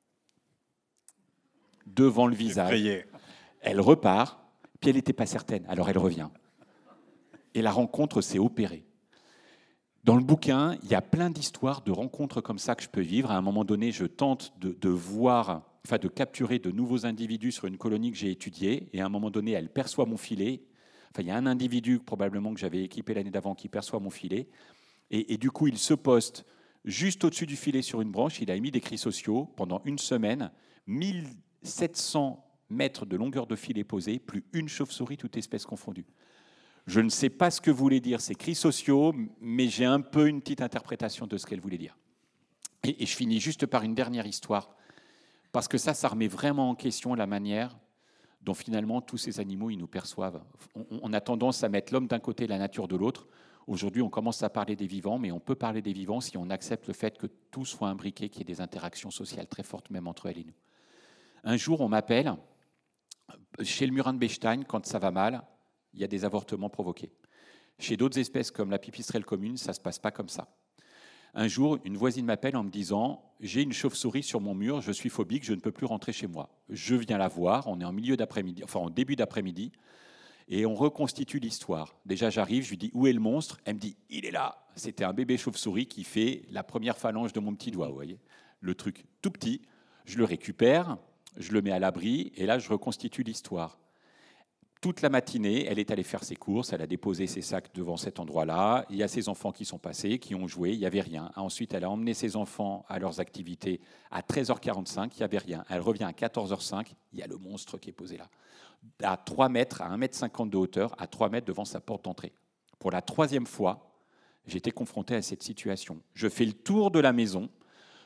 Devant le visage. Elle repart, puis elle n'était pas certaine, alors elle revient. Et la rencontre s'est opérée. Dans le bouquin, il y a plein d'histoires de rencontres comme ça que je peux vivre. À un moment donné, je tente de, de voir, enfin de capturer de nouveaux individus sur une colonie que j'ai étudiée. Et à un moment donné, elle perçoit mon filet. Enfin, il y a un individu probablement que j'avais équipé l'année d'avant qui perçoit mon filet. Et, et du coup, il se poste juste au-dessus du filet sur une branche. Il a émis des cris sociaux pendant une semaine. mille sept cents mètres de longueur de filet posé, plus une chauve-souris, toute espèce confondue. Je ne sais pas ce que voulaient dire ces cris sociaux, mais j'ai un peu une petite interprétation de ce qu'elle voulait dire. Et, et je finis juste par une dernière histoire, parce que ça, ça remet vraiment en question la manière dont finalement tous ces animaux ils nous perçoivent. On, on a tendance à mettre l'homme d'un côté et la nature de l'autre. Aujourd'hui, on commence à parler des vivants, mais on peut parler des vivants si on accepte le fait que tout soit imbriqué, qu'il y ait des interactions sociales très fortes, même entre elles et nous. Un jour, on m'appelle, chez le murin de Bechstein, quand ça va mal, il y a des avortements provoqués. Chez d'autres espèces comme la pipistrelle commune, ça ne se passe pas comme ça. Un jour, une voisine m'appelle en me disant « J'ai une chauve-souris sur mon mur, je suis phobique, je ne peux plus rentrer chez moi. » Je viens la voir, on est en milieu d'après-midi, enfin en début d'après-midi, et on reconstitue l'histoire. Déjà, j'arrive, je lui dis « Où est le monstre ?» Elle me dit « Il est là !» C'était un bébé chauve-souris qui fait la première phalange de mon petit doigt, vous voyez. Le truc tout petit, je le récupère, je le mets à l'abri, et là, je reconstitue l'histoire. Toute la matinée, elle est allée faire ses courses, elle a déposé ses sacs devant cet endroit-là. Il y a ses enfants qui sont passés, qui ont joué, il n'y avait rien. Ensuite, elle a emmené ses enfants à leurs activités à treize heures quarante-cinq, il n'y avait rien. Elle revient à quatorze heures cinq, il y a le monstre qui est posé là. À trois mètres, à un mètre cinquante de hauteur, à trois mètres devant sa porte d'entrée. Pour la troisième fois, j'étais confronté à cette situation. Je fais le tour de la maison,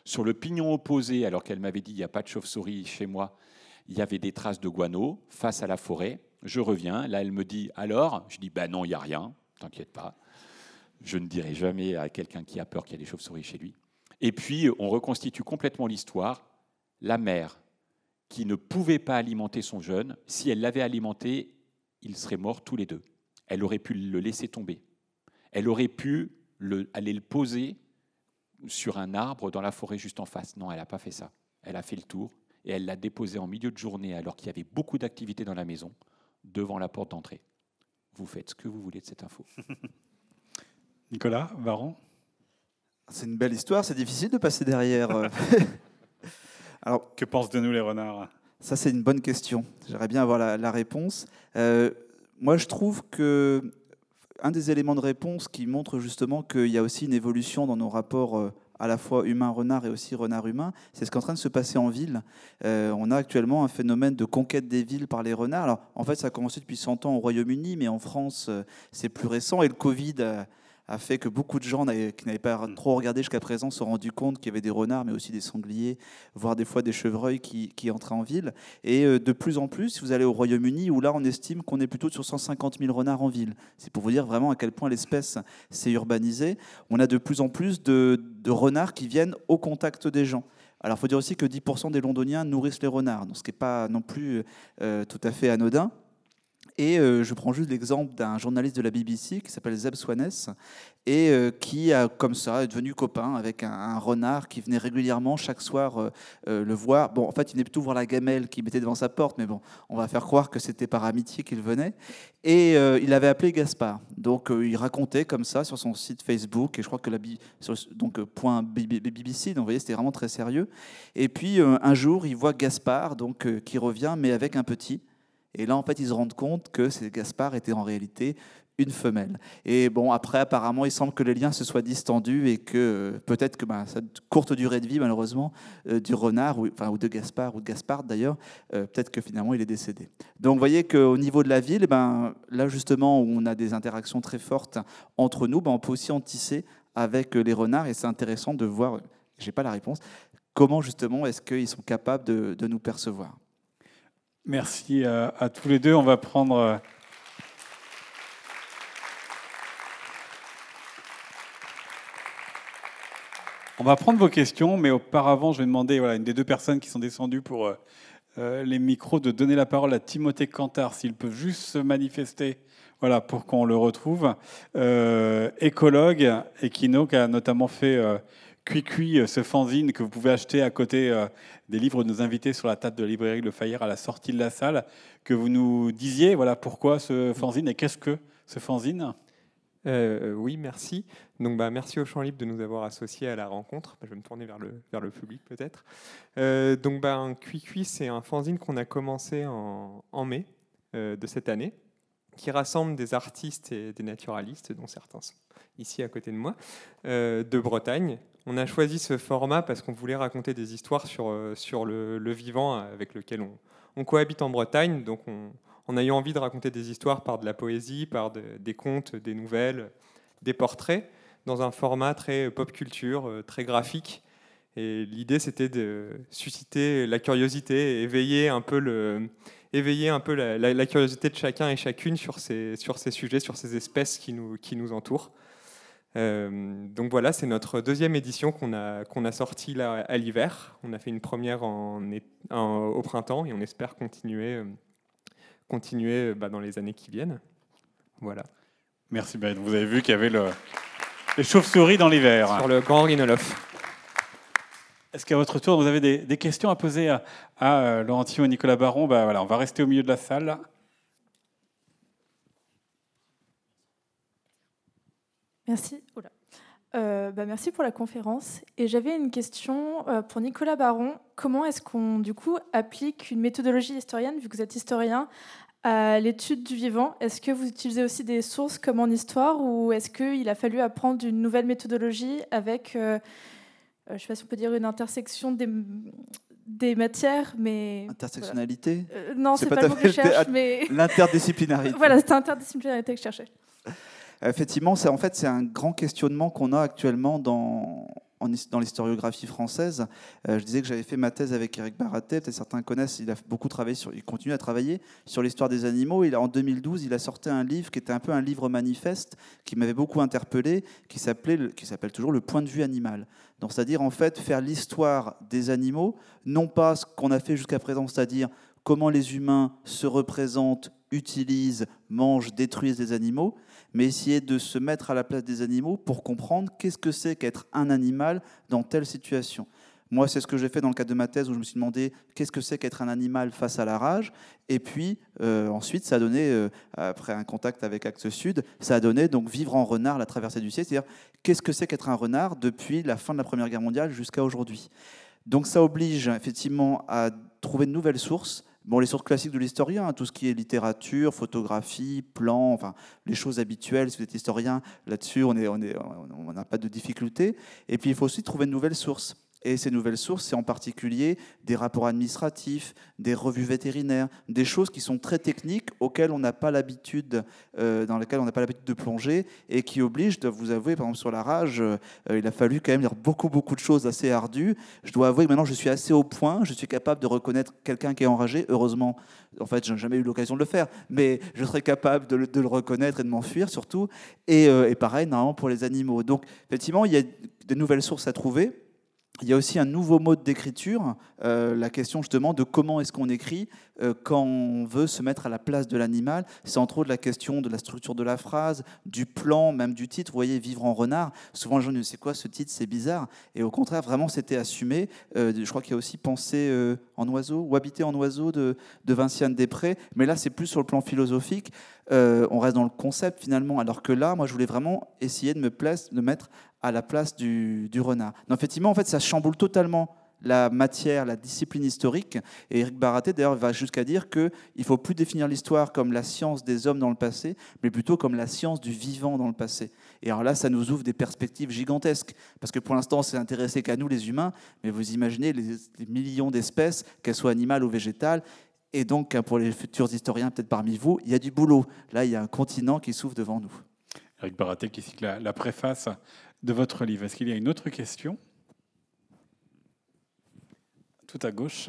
Sur le pignon opposé, alors qu'elle m'avait dit il n'y a pas de chauve-souris chez moi, il y avait des traces de guano face à la forêt. Je reviens, là elle me dit alors, je dis ben non, il n'y a rien, t'inquiète pas. Je ne dirai jamais à quelqu'un qui a peur qu'il y ait des chauves-souris chez lui. Et puis on reconstitue complètement l'histoire. La mère qui ne pouvait pas alimenter son jeune, si elle l'avait alimenté, ils seraient morts tous les deux. Elle aurait pu le laisser tomber. Elle aurait pu le, aller le poser sur un arbre dans la forêt juste en face. Non, elle n'a pas fait ça. Elle a fait le tour et elle l'a déposé en milieu de journée alors qu'il y avait beaucoup d'activité dans la maison, devant la porte d'entrée. Vous faites ce que vous voulez de cette info. Nicolas Baron. C'est une belle histoire, c'est difficile de passer derrière. Alors, que pensent de nous les renards? Ça, c'est une bonne question. J'aimerais bien avoir la, la réponse. Euh, moi, je trouve que un des éléments de réponse qui montre justement qu'il y a aussi une évolution dans nos rapports euh, à la fois humain-renard et aussi renard-humain, c'est ce qui est en train de se passer en ville. Euh, on a actuellement un phénomène de conquête des villes par les renards. Alors, en fait, ça a commencé depuis cent ans au Royaume-Uni, mais en France, euh, c'est plus récent. Et le Covid a, a fait que beaucoup de gens qui n'avaient pas trop regardé jusqu'à présent se sont rendus compte qu'il y avait des renards, mais aussi des sangliers, voire des fois des chevreuils qui, qui entraient en ville. Et euh, de plus en plus, si vous allez au Royaume-Uni, où là, on estime qu'on est plutôt sur cent cinquante mille renards en ville. C'est pour vous dire vraiment à quel point l'espèce s'est urbanisée. On a de plus en plus de, de renards qui viennent au contact des gens. Alors, il faut dire aussi que dix pour cent des Londoniens nourrissent les renards, donc ce qui n'est pas non plus euh, tout à fait anodin. Et euh, je prends juste l'exemple d'un journaliste de la B B C qui s'appelle Zeb Swanes et euh, qui, a, comme ça, est devenu copain avec un, un renard qui venait régulièrement chaque soir euh, euh, le voir. Bon, en fait, il venait plutôt voir la gamelle qui mettait devant sa porte, mais bon, on va faire croire que c'était par amitié qu'il venait. Et euh, il avait appelé Gaspard. Donc, euh, il racontait comme ça sur son site Facebook, et je crois que la sur, donc euh, point B B C, donc vous voyez, c'était vraiment très sérieux. Et puis, euh, un jour, il voit Gaspard donc, euh, qui revient, mais avec un petit. Et là, en fait, ils se rendent compte que Gaspard était en réalité une femelle. Et bon, après, apparemment, il semble que les liens se soient distendus et que euh, peut-être que bah, cette courte durée de vie, malheureusement, euh, du renard, ou, enfin, ou de Gaspard, ou de Gaspard d'ailleurs, euh, peut-être que finalement, il est décédé. Donc, vous voyez qu'au niveau de la ville, ben, là, justement, où on a des interactions très fortes entre nous, ben, on peut aussi en tisser avec les renards. Et c'est intéressant de voir, je n'ai pas la réponse, comment, justement, est-ce qu'ils sont capables de, de nous percevoir. Merci à, à tous les deux. On va prendre... On va prendre vos questions, mais auparavant, je vais demander voilà, une des deux personnes qui sont descendues pour euh, les micros de donner la parole à Timothée Cantar, s'il peut juste se manifester voilà, pour qu'on le retrouve. Euh, écologue, et qui a notamment fait... Euh, Cui Cui, ce fanzine que vous pouvez acheter à côté euh, des livres de nos invités sur la table de la librairie Le Fayère à la sortie de la salle, que vous nous disiez, voilà pourquoi ce fanzine et qu'est-ce que ce fanzine ? euh, Oui, merci. Donc, bah, merci au Champ Libre de nous avoir associés à la rencontre. Bah, je vais me tourner vers le, vers le public peut-être. Euh, donc, bah, un Cui Cui, c'est un fanzine qu'on a commencé en, en mai euh, de cette année, qui rassemble des artistes et des naturalistes, dont certains sont ici à côté de moi, euh, de Bretagne. On a choisi ce format parce qu'on voulait raconter des histoires sur, sur le, le vivant avec lequel on, on cohabite en Bretagne. Donc on, on a eu envie de raconter des histoires par de la poésie, par de, des contes, des nouvelles, des portraits, dans un format très pop culture, très graphique. Et l'idée, c'était de susciter la curiosité, éveiller un peu, le, éveiller un peu la, la, la curiosité de chacun et chacune sur ces, sur ces sujets, sur ces espèces qui nous, qui nous entourent. Euh, donc voilà, c'est notre deuxième édition qu'on a, qu'on a sortie là à l'hiver. On a fait une première en, en, au printemps et on espère continuer, continuer bah, dans les années qui viennent. Voilà. Merci Ben. Vous avez vu qu'il y avait le, les chauves-souris dans l'hiver. Sur le grand rhinolophe. Est-ce qu'à votre tour, vous avez des, des questions à poser à, à Laurent Tillon et Nicolas Baron ? Bah, voilà, on va rester au milieu de la salle. Merci. Oula. Euh, bah merci pour la conférence. Et j'avais une question euh, pour Nicolas Baron. Comment est-ce qu'on du coup applique une méthodologie historienne, vu que vous êtes historien, à l'étude du vivant ? Est-ce que vous utilisez aussi des sources comme en histoire, ou est-ce qu'il a fallu apprendre une nouvelle méthodologie avec, euh, je ne sais pas si on peut dire une intersection des, des matières, mais intersectionnalité. Voilà. Euh, non, c'est, c'est pas, pas le mot que je cherche, mais l'interdisciplinarité. Voilà, c'est l'interdisciplinarité que je cherchais. Effectivement, c'est, en fait, c'est un grand questionnement qu'on a actuellement dans, en, dans l'historiographie française. Euh, je disais que j'avais fait ma thèse avec Éric Baratet, peut-être certains connaissent, il a beaucoup travaillé, sur, il continue à travailler sur l'histoire des animaux. Il a, en deux mille douze, il a sorti un livre qui était un peu un livre manifeste, qui m'avait beaucoup interpellé, qui s'appelait, qui s'appelle toujours Le point de vue animal. Donc, c'est-à-dire en fait faire l'histoire des animaux, non pas ce qu'on a fait jusqu'à présent, c'est-à-dire comment les humains se représentent, utilisent, mangent, détruisent des animaux, mais essayer de se mettre à la place des animaux pour comprendre qu'est-ce que c'est qu'être un animal dans telle situation. Moi, c'est ce que j'ai fait dans le cadre de ma thèse, où je me suis demandé qu'est-ce que c'est qu'être un animal face à la rage. Et puis, euh, ensuite, ça a donné, euh, après un contact avec Actes Sud, ça a donné donc Vivre en renard, la traversée du ciel, c'est-à-dire qu'est-ce que c'est qu'être un renard depuis la fin de la Première Guerre mondiale jusqu'à aujourd'hui. Donc ça oblige effectivement à trouver de nouvelles sources. Bon, les sources classiques de l'historien, hein, tout ce qui est littérature, photographie, plans, enfin les choses habituelles. Si vous êtes historien, là-dessus, on n'a on est, on n'a pas de difficulté. Et puis il faut aussi trouver de nouvelles sources. Et ces nouvelles sources, c'est en particulier des rapports administratifs, des revues vétérinaires, des choses qui sont très techniques, auxquelles on n'a pas l'habitude, euh, dans lesquelles on n'a pas l'habitude de plonger, et qui obligent, je dois vous avouer, par exemple sur la rage, euh, il a fallu quand même lire beaucoup, beaucoup de choses assez ardues. Je dois avouer que maintenant je suis assez au point, je suis capable de reconnaître quelqu'un qui est enragé, heureusement. En fait, je n'ai jamais eu l'occasion de le faire, mais je serais capable de le, de le reconnaître et de m'enfuir surtout. Et, euh, et pareil, normalement, pour les animaux. Donc, effectivement, il y a de nouvelles sources à trouver. Il y a aussi un nouveau mode d'écriture, euh, la question justement de comment est-ce qu'on écrit euh, quand on veut se mettre à la place de l'animal. C'est entre autres la question de la structure de la phrase, du plan, même du titre. Vous voyez, Vivre en renard, souvent les gens disent c'est quoi ce titre, c'est bizarre. Et au contraire, vraiment, c'était assumé. Euh, je crois qu'il y a aussi Penser euh, en oiseau ou Habiter en oiseau de, de Vinciane Després. Mais là, c'est plus sur le plan philosophique. Euh, on reste dans le concept finalement. Alors que là, moi, je voulais vraiment essayer de me place, de mettre à la place du, du renard. Donc, effectivement, en fait, ça chamboule totalement la matière, la discipline historique. Et Éric Baratet, d'ailleurs, va jusqu'à dire qu'il ne faut plus définir l'histoire comme la science des hommes dans le passé, mais plutôt comme la science du vivant dans le passé. Et alors là, ça nous ouvre des perspectives gigantesques, parce que pour l'instant, on s'est intéressé qu'à nous, les humains, mais vous imaginez les, les millions d'espèces, qu'elles soient animales ou végétales. Et donc, pour les futurs historiens, peut-être parmi vous, il y a du boulot. Là, il y a un continent qui s'ouvre devant nous. Éric Baratet qui cite la, la préface de votre livre. Est-ce qu'il y a une autre question ? Tout à gauche.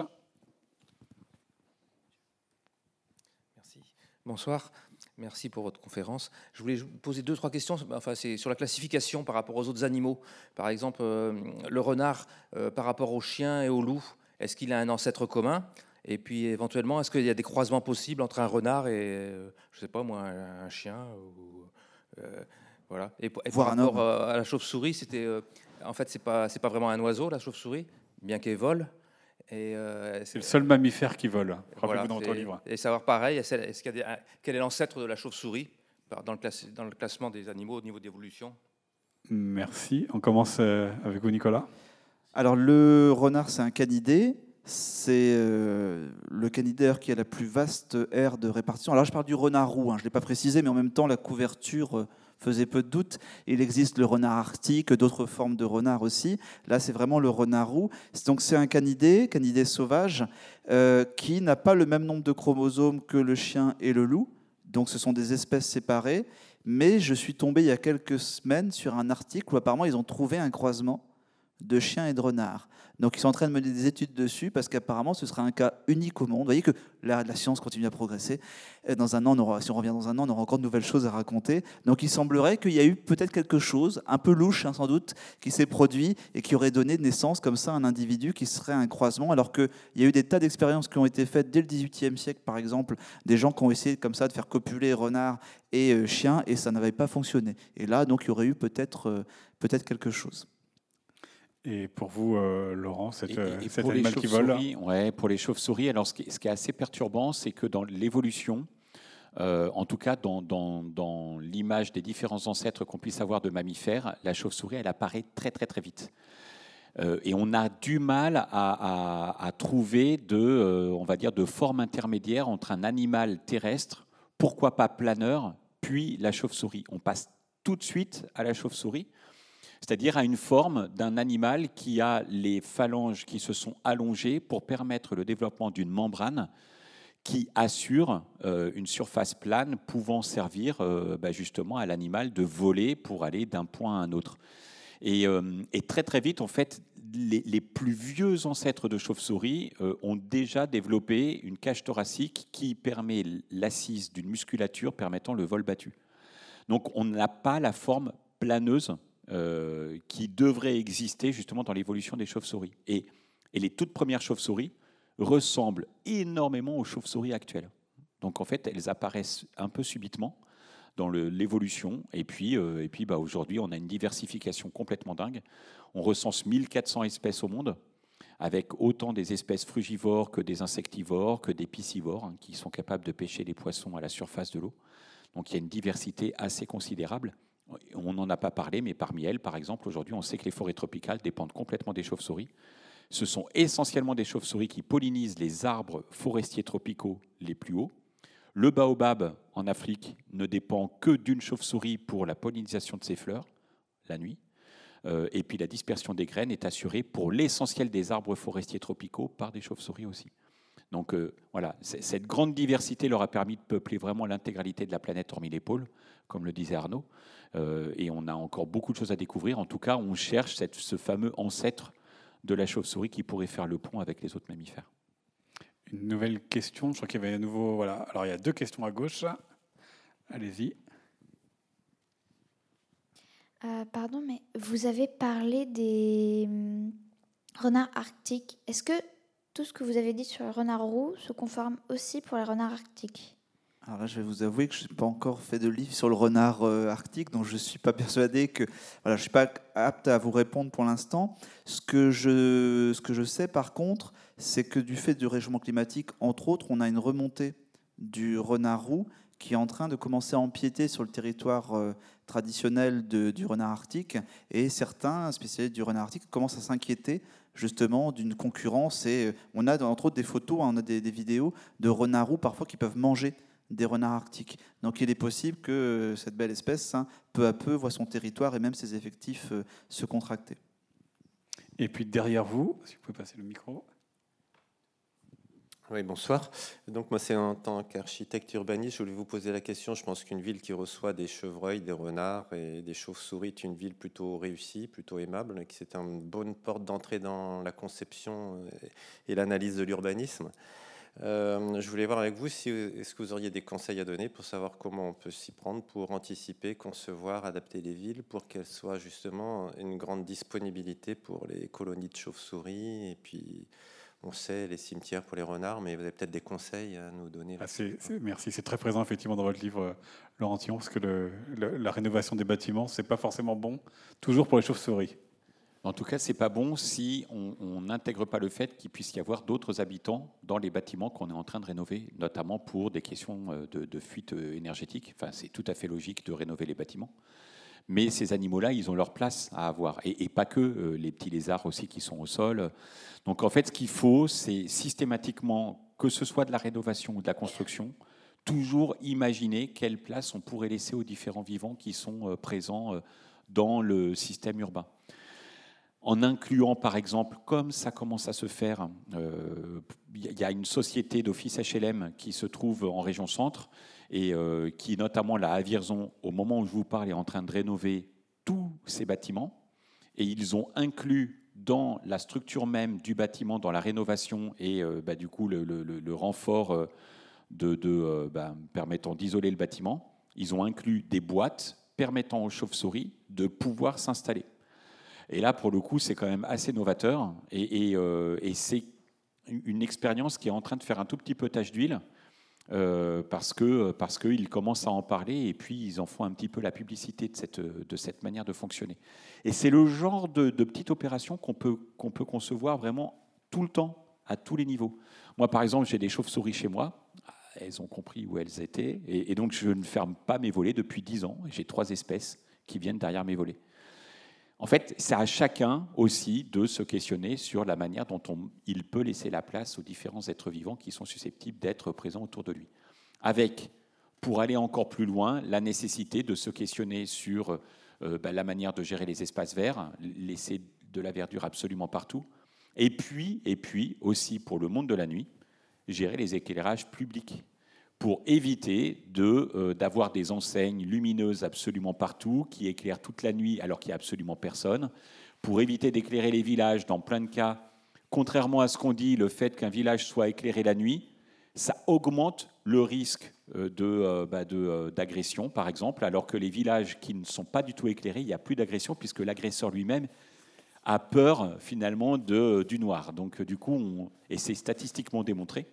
Merci. Bonsoir. Merci pour votre conférence. Je voulais vous poser deux, trois questions. Enfin, c'est sur la classification par rapport aux autres animaux. Par exemple, euh, le renard euh, par rapport au chien et au loup, est-ce qu'il a un ancêtre commun ? Et puis, éventuellement, est-ce qu'il y a des croisements possibles entre un renard et, euh, je ne sais pas moi, un, un chien ou, euh, voilà. Et, et par rapport à la chauve-souris, c'était, euh, en fait, c'est pas, c'est pas vraiment un oiseau, la chauve-souris, bien qu'elle vole. Et euh, c'est le seul mammifère qui vole, rappelez-vous voilà, dans votre livre. Et savoir pareil, est-ce qu'il y a des, quel est l'ancêtre de la chauve-souris dans le, classe, dans le classement des animaux au niveau d'évolution ? Merci. On commence avec vous, Nicolas. Alors, le renard, c'est un canidé. C'est euh, le canidé qui a la plus vaste aire de répartition. Alors, je parle du renard roux, hein, je ne l'ai pas précisé, mais en même temps, la couverture euh, faisait peu de doute. Il existe le renard arctique, d'autres formes de renard aussi. Là, c'est vraiment le renard roux. Donc, c'est un canidé, canidé sauvage, euh, qui n'a pas le même nombre de chromosomes que le chien et le loup. Donc, ce sont des espèces séparées. Mais je suis tombé il y a quelques semaines sur un article où apparemment, ils ont trouvé un croisement de chiens et de renards. Donc, ils sont en train de mener des études dessus parce qu'apparemment, ce sera un cas unique au monde. Vous voyez que la, la science continue à progresser. Dans un an, on aura, si on revient dans un an, on aura encore de nouvelles choses à raconter. Donc, il semblerait qu'il y a eu peut-être quelque chose, un peu louche hein, sans doute, qui s'est produit et qui aurait donné naissance comme ça à un individu qui serait un croisement, alors qu'il y a eu des tas d'expériences qui ont été faites dès le dix-huitième siècle, par exemple, des gens qui ont essayé comme ça de faire copuler renards et euh, chiens, et ça n'avait pas fonctionné. Et là, donc, il y aurait eu peut-être euh, peut-être quelque chose. Et pour vous, euh, Laurent, cette, et, et cet pour animal les qui vole ouais, pour les chauves-souris, alors ce qui, ce qui est assez perturbant, c'est que dans l'évolution, euh, en tout cas dans, dans, dans l'image des différents ancêtres qu'on puisse avoir de mammifères, la chauve-souris, elle apparaît très très très vite. Euh, et on a du mal à, à, à trouver de, euh, on va dire, de forme intermédiaire entre un animal terrestre, pourquoi pas planeur, puis la chauve-souris. On passe tout de suite à la chauve-souris, c'est-à-dire à une forme d'un animal qui a les phalanges qui se sont allongées pour permettre le développement d'une membrane qui assure euh, une surface plane pouvant servir euh, bah justement à l'animal de voler pour aller d'un point à un autre. Et, euh, et très très vite, en fait, les, les plus vieux ancêtres de chauves-souris euh, ont déjà développé une cage thoracique qui permet l'assise d'une musculature permettant le vol battu. Donc on n'a pas la forme planeuse euh, qui devrait exister justement dans l'évolution des chauves-souris. Et, et les toutes premières chauves-souris ressemblent énormément aux chauves-souris actuelles. Donc en fait, elles apparaissent un peu subitement dans le, l'évolution. Et puis, euh, et puis bah, aujourd'hui, on a une diversification complètement dingue. On recense mille quatre cents espèces au monde, avec autant des espèces frugivores que des insectivores, que des piscivores, hein, qui sont capables de pêcher les poissons à la surface de l'eau. Donc il y a une diversité assez considérable. On n'en a pas parlé, mais parmi elles, par exemple, aujourd'hui, on sait que les forêts tropicales dépendent complètement des chauves-souris. Ce sont essentiellement des chauves-souris qui pollinisent les arbres forestiers tropicaux les plus hauts. Le baobab, en Afrique, ne dépend que d'une chauve-souris pour la pollinisation de ses fleurs, la nuit. Euh, et puis la dispersion des graines est assurée pour l'essentiel des arbres forestiers tropicaux par des chauves-souris aussi. Donc euh, voilà, cette grande diversité leur a permis de peupler vraiment l'intégralité de la planète, hormis les pôles, comme le disait Arnaud. Euh, et on a encore beaucoup de choses à découvrir. En tout cas, on cherche cette, ce fameux ancêtre de la chauve-souris qui pourrait faire le pont avec les autres mammifères. Une nouvelle question, je crois qu'il y avait à nouveau... Voilà. Alors il y a deux questions à gauche. Allez-y. Euh, pardon, mais vous avez parlé des hum, renards arctiques. Est-ce que tout ce que vous avez dit sur les renards roux se conforme aussi pour les renards arctiques? Alors là, je vais vous avouer que je n'ai pas encore fait de livre sur le renard euh, arctique, donc je ne suis pas persuadé que... Voilà, je ne suis pas apte à vous répondre pour l'instant. Ce que je, ce que je sais, par contre, c'est que du fait du réchauffement climatique, entre autres, on a une remontée du renard roux qui est en train de commencer à empiéter sur le territoire euh, traditionnel de, du renard arctique. Et certains spécialistes du renard arctique commencent à s'inquiéter justement d'une concurrence. Et on a, entre autres, des photos, on a des, des vidéos de renards roux parfois qui peuvent manger des renards arctiques. Donc il est possible que cette belle espèce, hein, peu à peu, voit son territoire et même ses effectifs euh, se contracter. Et puis derrière vous, si vous pouvez passer le micro. Oui, bonsoir. Donc moi, c'est en tant qu'architecte urbaniste, je voulais vous poser la question. Je pense qu'une ville qui reçoit des chevreuils, des renards et des chauves-souris est une ville plutôt réussie, plutôt aimable, et que c'est une bonne porte d'entrée dans la conception et l'analyse de l'urbanisme. Euh, je voulais voir avec vous si est-ce que vous auriez des conseils à donner pour savoir comment on peut s'y prendre pour anticiper, concevoir, adapter les villes pour qu'elles soient justement une grande disponibilité pour les colonies de chauves-souris et puis on sait les cimetières pour les renards, mais vous avez peut-être des conseils à nous donner. Ah, c'est, c'est, merci, c'est très présent effectivement dans votre livre, Laurent Tillon, parce que le, le, la rénovation des bâtiments, c'est pas forcément bon, toujours pour les chauves-souris. En tout cas, c'est pas bon si on n'intègre pas le fait qu'il puisse y avoir d'autres habitants dans les bâtiments qu'on est en train de rénover, notamment pour des questions de, de fuite énergétique. Enfin, c'est tout à fait logique de rénover les bâtiments. Mais ces animaux-là, ils ont leur place à avoir. Et, et pas que, euh, les petits lézards aussi qui sont au sol. Donc en fait, ce qu'il faut, c'est systématiquement, que ce soit de la rénovation ou de la construction, toujours imaginer quelle place on pourrait laisser aux différents vivants qui sont euh, présents euh, dans le système urbain. En incluant, par exemple, comme ça commence à se faire, il euh, y a une société d'office H L M qui se trouve en région centre et euh, qui, notamment la Vierzon, au moment où je vous parle, est en train de rénover tous ces bâtiments. Et ils ont inclus dans la structure même du bâtiment, dans la rénovation et euh, bah, du coup le, le, le renfort de, de, euh, bah, permettant d'isoler le bâtiment, ils ont inclus des boîtes permettant aux chauves-souris de pouvoir s'installer. Et là, pour le coup, c'est quand même assez novateur. Et, et, euh, et c'est une expérience qui est en train de faire un tout petit peu tache d'huile euh, parce que, parce qu'ils commencent à en parler et puis ils en font un petit peu la publicité de cette, de cette manière de fonctionner. Et c'est le genre de, de petite opération qu'on peut, qu'on peut concevoir vraiment tout le temps, à tous les niveaux. Moi, par exemple, j'ai des chauves-souris chez moi. Elles ont compris où elles étaient. Et, et donc, je ne ferme pas mes volets depuis dix ans. J'ai trois espèces qui viennent derrière mes volets. En fait, c'est à chacun aussi de se questionner sur la manière dont on, il peut laisser la place aux différents êtres vivants qui sont susceptibles d'être présents autour de lui. Avec, pour aller encore plus loin, la nécessité de se questionner sur euh, bah, la manière de gérer les espaces verts, laisser de la verdure absolument partout, et puis, et puis aussi pour le monde de la nuit, gérer les éclairages publics pour éviter de, euh, d'avoir des enseignes lumineuses absolument partout, qui éclairent toute la nuit alors qu'il n'y a absolument personne, pour éviter d'éclairer les villages dans plein de cas. Contrairement à ce qu'on dit, le fait qu'un village soit éclairé la nuit, ça augmente le risque de, euh, bah de, euh, d'agression, par exemple, alors que les villages qui ne sont pas du tout éclairés, il n'y a plus d'agression, puisque l'agresseur lui-même a peur, finalement, de, du noir. Donc, du coup, on, et c'est statistiquement démontré.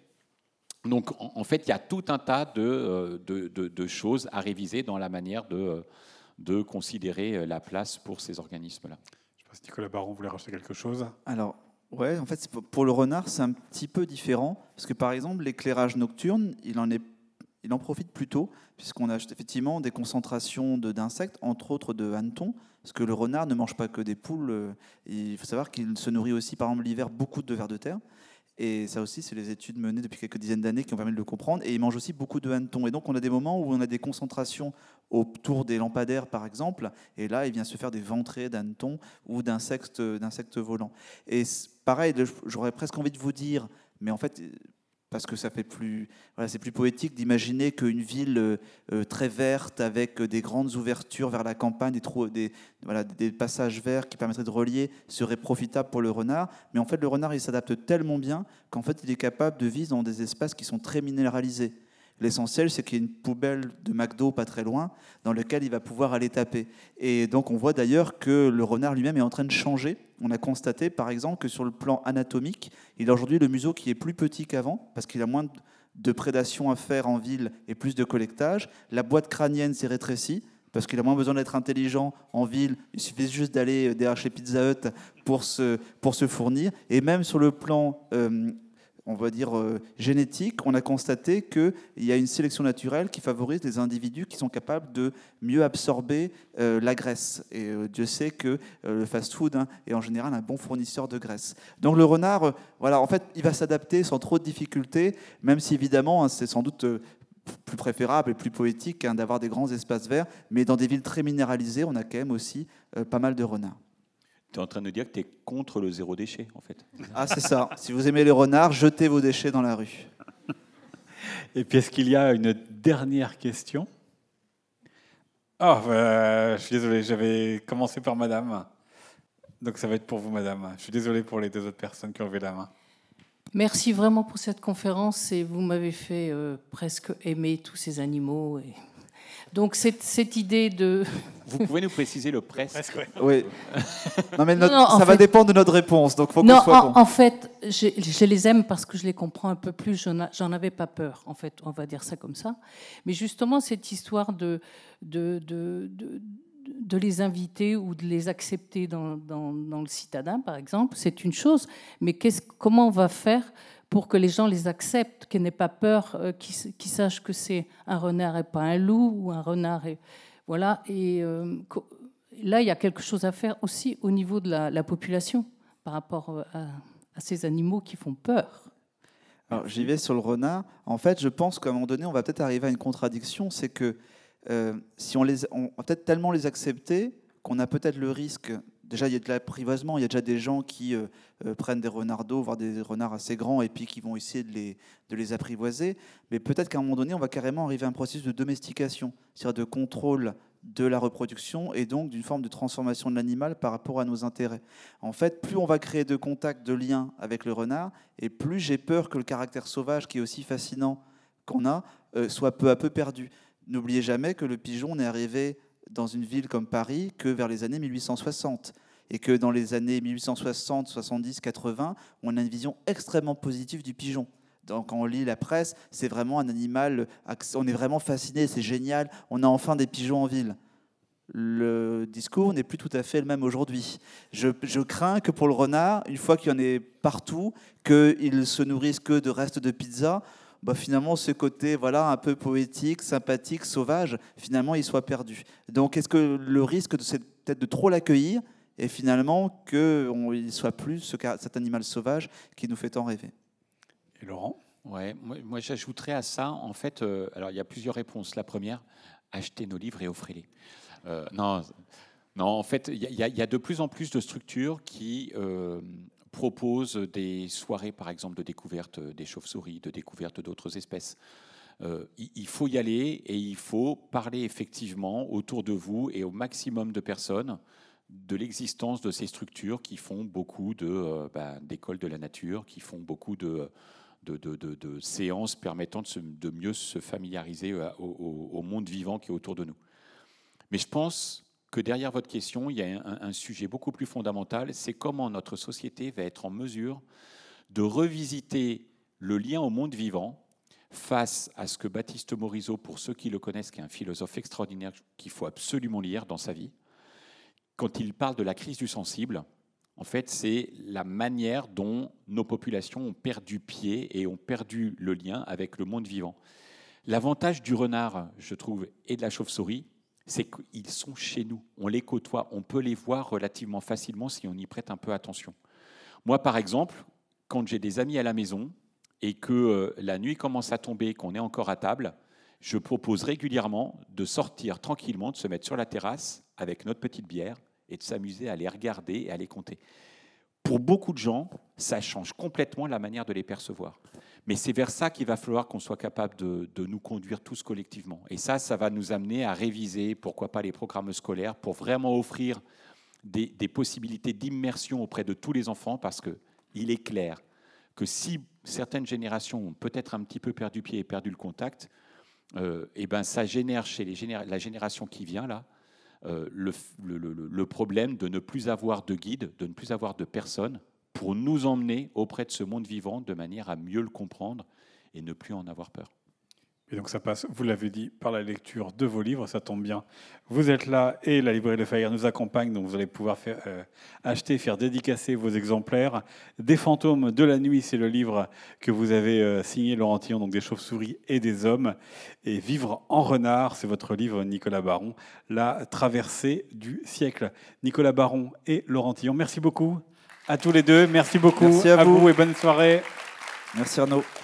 Donc, en, en fait, il y a tout un tas de, de, de, de choses à réviser dans la manière de, de considérer la place pour ces organismes-là. Je ne sais pas si Nicolas Baron voulait rajouter quelque chose. Alors, ouais, en fait, pour le renard, c'est un petit peu différent, parce que par exemple, l'éclairage nocturne, il en, est, il en profite plutôt, puisqu'on a effectivement des concentrations de, d'insectes, entre autres de hannetons, parce que le renard ne mange pas que des poules. Il faut savoir qu'il se nourrit aussi, par exemple, l'hiver, beaucoup de vers de terre. Et ça aussi, c'est les études menées depuis quelques dizaines d'années qui ont permis de le comprendre. Et il mange aussi beaucoup de hannetons. Et donc, on a des moments où on a des concentrations autour des lampadaires, par exemple. Et là, il vient se faire des ventrées d'hannetons ou d'insectes, d'insectes volants. Et pareil, j'aurais presque envie de vous dire, mais en fait, parce que ça fait plus, voilà, c'est plus poétique d'imaginer qu'une ville euh, très verte avec des grandes ouvertures vers la campagne, des, trous, des, voilà, des passages verts qui permettraient de relier serait profitable pour le renard. Mais en fait, le renard, il s'adapte tellement bien qu'en fait, il est capable de vivre dans des espaces qui sont très minéralisés. L'essentiel, c'est qu'il y ait une poubelle de McDo pas très loin dans laquelle il va pouvoir aller taper. Et donc, on voit d'ailleurs que le renard lui-même est en train de changer. On a constaté, par exemple, que sur le plan anatomique, il a aujourd'hui le museau qui est plus petit qu'avant parce qu'il a moins de prédation à faire en ville et plus de collectage. La boîte crânienne s'est rétrécie parce qu'il a moins besoin d'être intelligent en ville. Il suffit juste d'aller derrière chez Pizza Hut pour se, pour se fournir. Et même sur le plan... Euh, on va dire euh, génétique, on a constaté qu'il y a une sélection naturelle qui favorise les individus qui sont capables de mieux absorber euh, la graisse. Et euh, Dieu sait que euh, le fast-food hein, est en général un bon fournisseur de graisse. Donc le renard, euh, voilà, en fait, il va s'adapter sans trop de difficultés, même si évidemment, hein, c'est sans doute euh, plus préférable et plus poétique hein, d'avoir des grands espaces verts, mais dans des villes très minéralisées, on a quand même aussi euh, pas mal de renards. Tu es en train de dire que tu es contre le zéro déchet, en fait. Ah, c'est ça. Si vous aimez les renards, jetez vos déchets dans la rue. Et puis, est-ce qu'il y a une dernière question ? Oh, euh, je suis désolé, j'avais commencé par madame. Donc, ça va être pour vous, madame. Je suis désolé pour les deux autres personnes qui ont levé la main. Merci vraiment pour cette conférence et vous m'avez fait euh, presque aimer tous ces animaux. Et... Donc cette, cette idée de... Vous pouvez nous préciser le presque, presque ouais. Oui. Non, mais notre, non, non, ça va fait... dépendre de notre réponse, donc faut non, qu'on soit en, bon. En fait, je, je les aime parce que je les comprends un peu plus. J'en avais pas peur, en fait, on va dire ça comme ça. Mais justement, cette histoire de, de, de, de, de les inviter ou de les accepter dans, dans, dans le citadin, par exemple, c'est une chose. Mais qu'est-ce, comment on va faire pour que les gens les acceptent, qu'ils n'aient pas peur, euh, qu'ils, qu'ils sachent que c'est un renard et pas un loup, ou un renard et... Voilà, et euh, là, il y a quelque chose à faire aussi au niveau de la, la population par rapport à, à ces animaux qui font peur. Alors, j'y vais sur le renard. En fait, je pense qu'à un moment donné, on va peut-être arriver à une contradiction, c'est que euh, si on les, on va peut-être tellement les accepter qu'on a peut-être le risque... Déjà, il y a de l'apprivoisement, il y a déjà des gens qui euh, euh, prennent des renardeaux, voire des renards assez grands, et puis qui vont essayer de les, de les apprivoiser. Mais peut-être qu'à un moment donné, on va carrément arriver à un processus de domestication, c'est-à-dire de contrôle de la reproduction et donc d'une forme de transformation de l'animal par rapport à nos intérêts. En fait, plus on va créer de contacts, de liens avec le renard, et plus j'ai peur que le caractère sauvage, qui est aussi fascinant qu'on a, euh, soit peu à peu perdu. N'oubliez jamais que le pigeon n'est arrivé dans une ville comme Paris que vers les années mille huit cent soixante. Et que dans les années mille huit cent soixante, soixante-dix, quatre-vingts, on a une vision extrêmement positive du pigeon. Donc, quand on lit la presse, c'est vraiment un animal, on est vraiment fasciné, c'est génial, on a enfin des pigeons en ville. Le discours n'est plus tout à fait le même aujourd'hui. Je, je crains que pour le renard, une fois qu'il y en ait partout, qu'il ne se nourrisse que de restes de pizza, bah finalement, ce côté voilà, un peu poétique, sympathique, sauvage, finalement, il soit perdu. Donc, est-ce que le risque, de, c'est peut-être de trop l'accueillir et finalement qu'il ne soit plus ce, cet animal sauvage qui nous fait tant rêver? Et Laurent? Ouais, moi, moi j'ajouterais à ça, en fait, euh, alors il y a plusieurs réponses. La première, achetez nos livres et offrez-les. Euh, non, non, en fait, il y, y, y a de plus en plus de structures qui... Euh, propose des soirées, par exemple, de découverte des chauves-souris, de découverte d'autres espèces. Euh, il faut y aller et il faut parler effectivement autour de vous et au maximum de personnes de l'existence de ces structures qui font beaucoup de, euh, bah, d'écoles de la nature, qui font beaucoup de, de, de, de, de séances permettant de, se, de mieux se familiariser au, au, au monde vivant qui est autour de nous. Mais je pense que derrière votre question, il y a un, un sujet beaucoup plus fondamental, c'est comment notre société va être en mesure de revisiter le lien au monde vivant face à ce que Baptiste Morisot, pour ceux qui le connaissent, qui est un philosophe extraordinaire qu'il faut absolument lire dans sa vie, quand il parle de la crise du sensible, en fait, c'est la manière dont nos populations ont perdu pied et ont perdu le lien avec le monde vivant. L'avantage du renard, je trouve, et de la chauve-souris, c'est qu'ils sont chez nous. On les côtoie, on peut les voir relativement facilement si on y prête un peu attention. Moi, par exemple, quand j'ai des amis à la maison, et que euh, la nuit commence à tomber, qu'on est encore à table, je propose régulièrement de sortir tranquillement, de se mettre sur la terrasse avec notre petite bière et de s'amuser à les regarder et à les compter. Pour beaucoup de gens, ça change complètement la manière de les percevoir. Mais c'est vers ça qu'il va falloir qu'on soit capable de, de nous conduire tous collectivement. Et ça, ça va nous amener à réviser, pourquoi pas, les programmes scolaires pour vraiment offrir des, des possibilités d'immersion auprès de tous les enfants, parce qu'il est clair que si certaines générations ont peut-être un petit peu perdu pied et perdu le contact, euh, et ben ça génère chez les généra- la génération qui vient là euh, le, le, le, le problème de ne plus avoir de guide, de ne plus avoir de personnes pour nous emmener auprès de ce monde vivant de manière à mieux le comprendre et ne plus en avoir peur. Et donc ça passe, vous l'avez dit, par la lecture de vos livres, ça tombe bien. Vous êtes là et la librairie Le Fayère nous accompagne, donc vous allez pouvoir faire, euh, acheter, faire dédicacer vos exemplaires. Des fantômes de la nuit, c'est le livre que vous avez euh, signé, Laurent Tillon, donc des chauves-souris et des hommes. Et Vivre en renard, c'est votre livre, Nicolas Baron, La traversée du siècle. Nicolas Baron et Laurent Tillon, merci beaucoup à tous les deux. Merci beaucoup merci à, à vous. vous et bonne soirée. Merci Arnaud.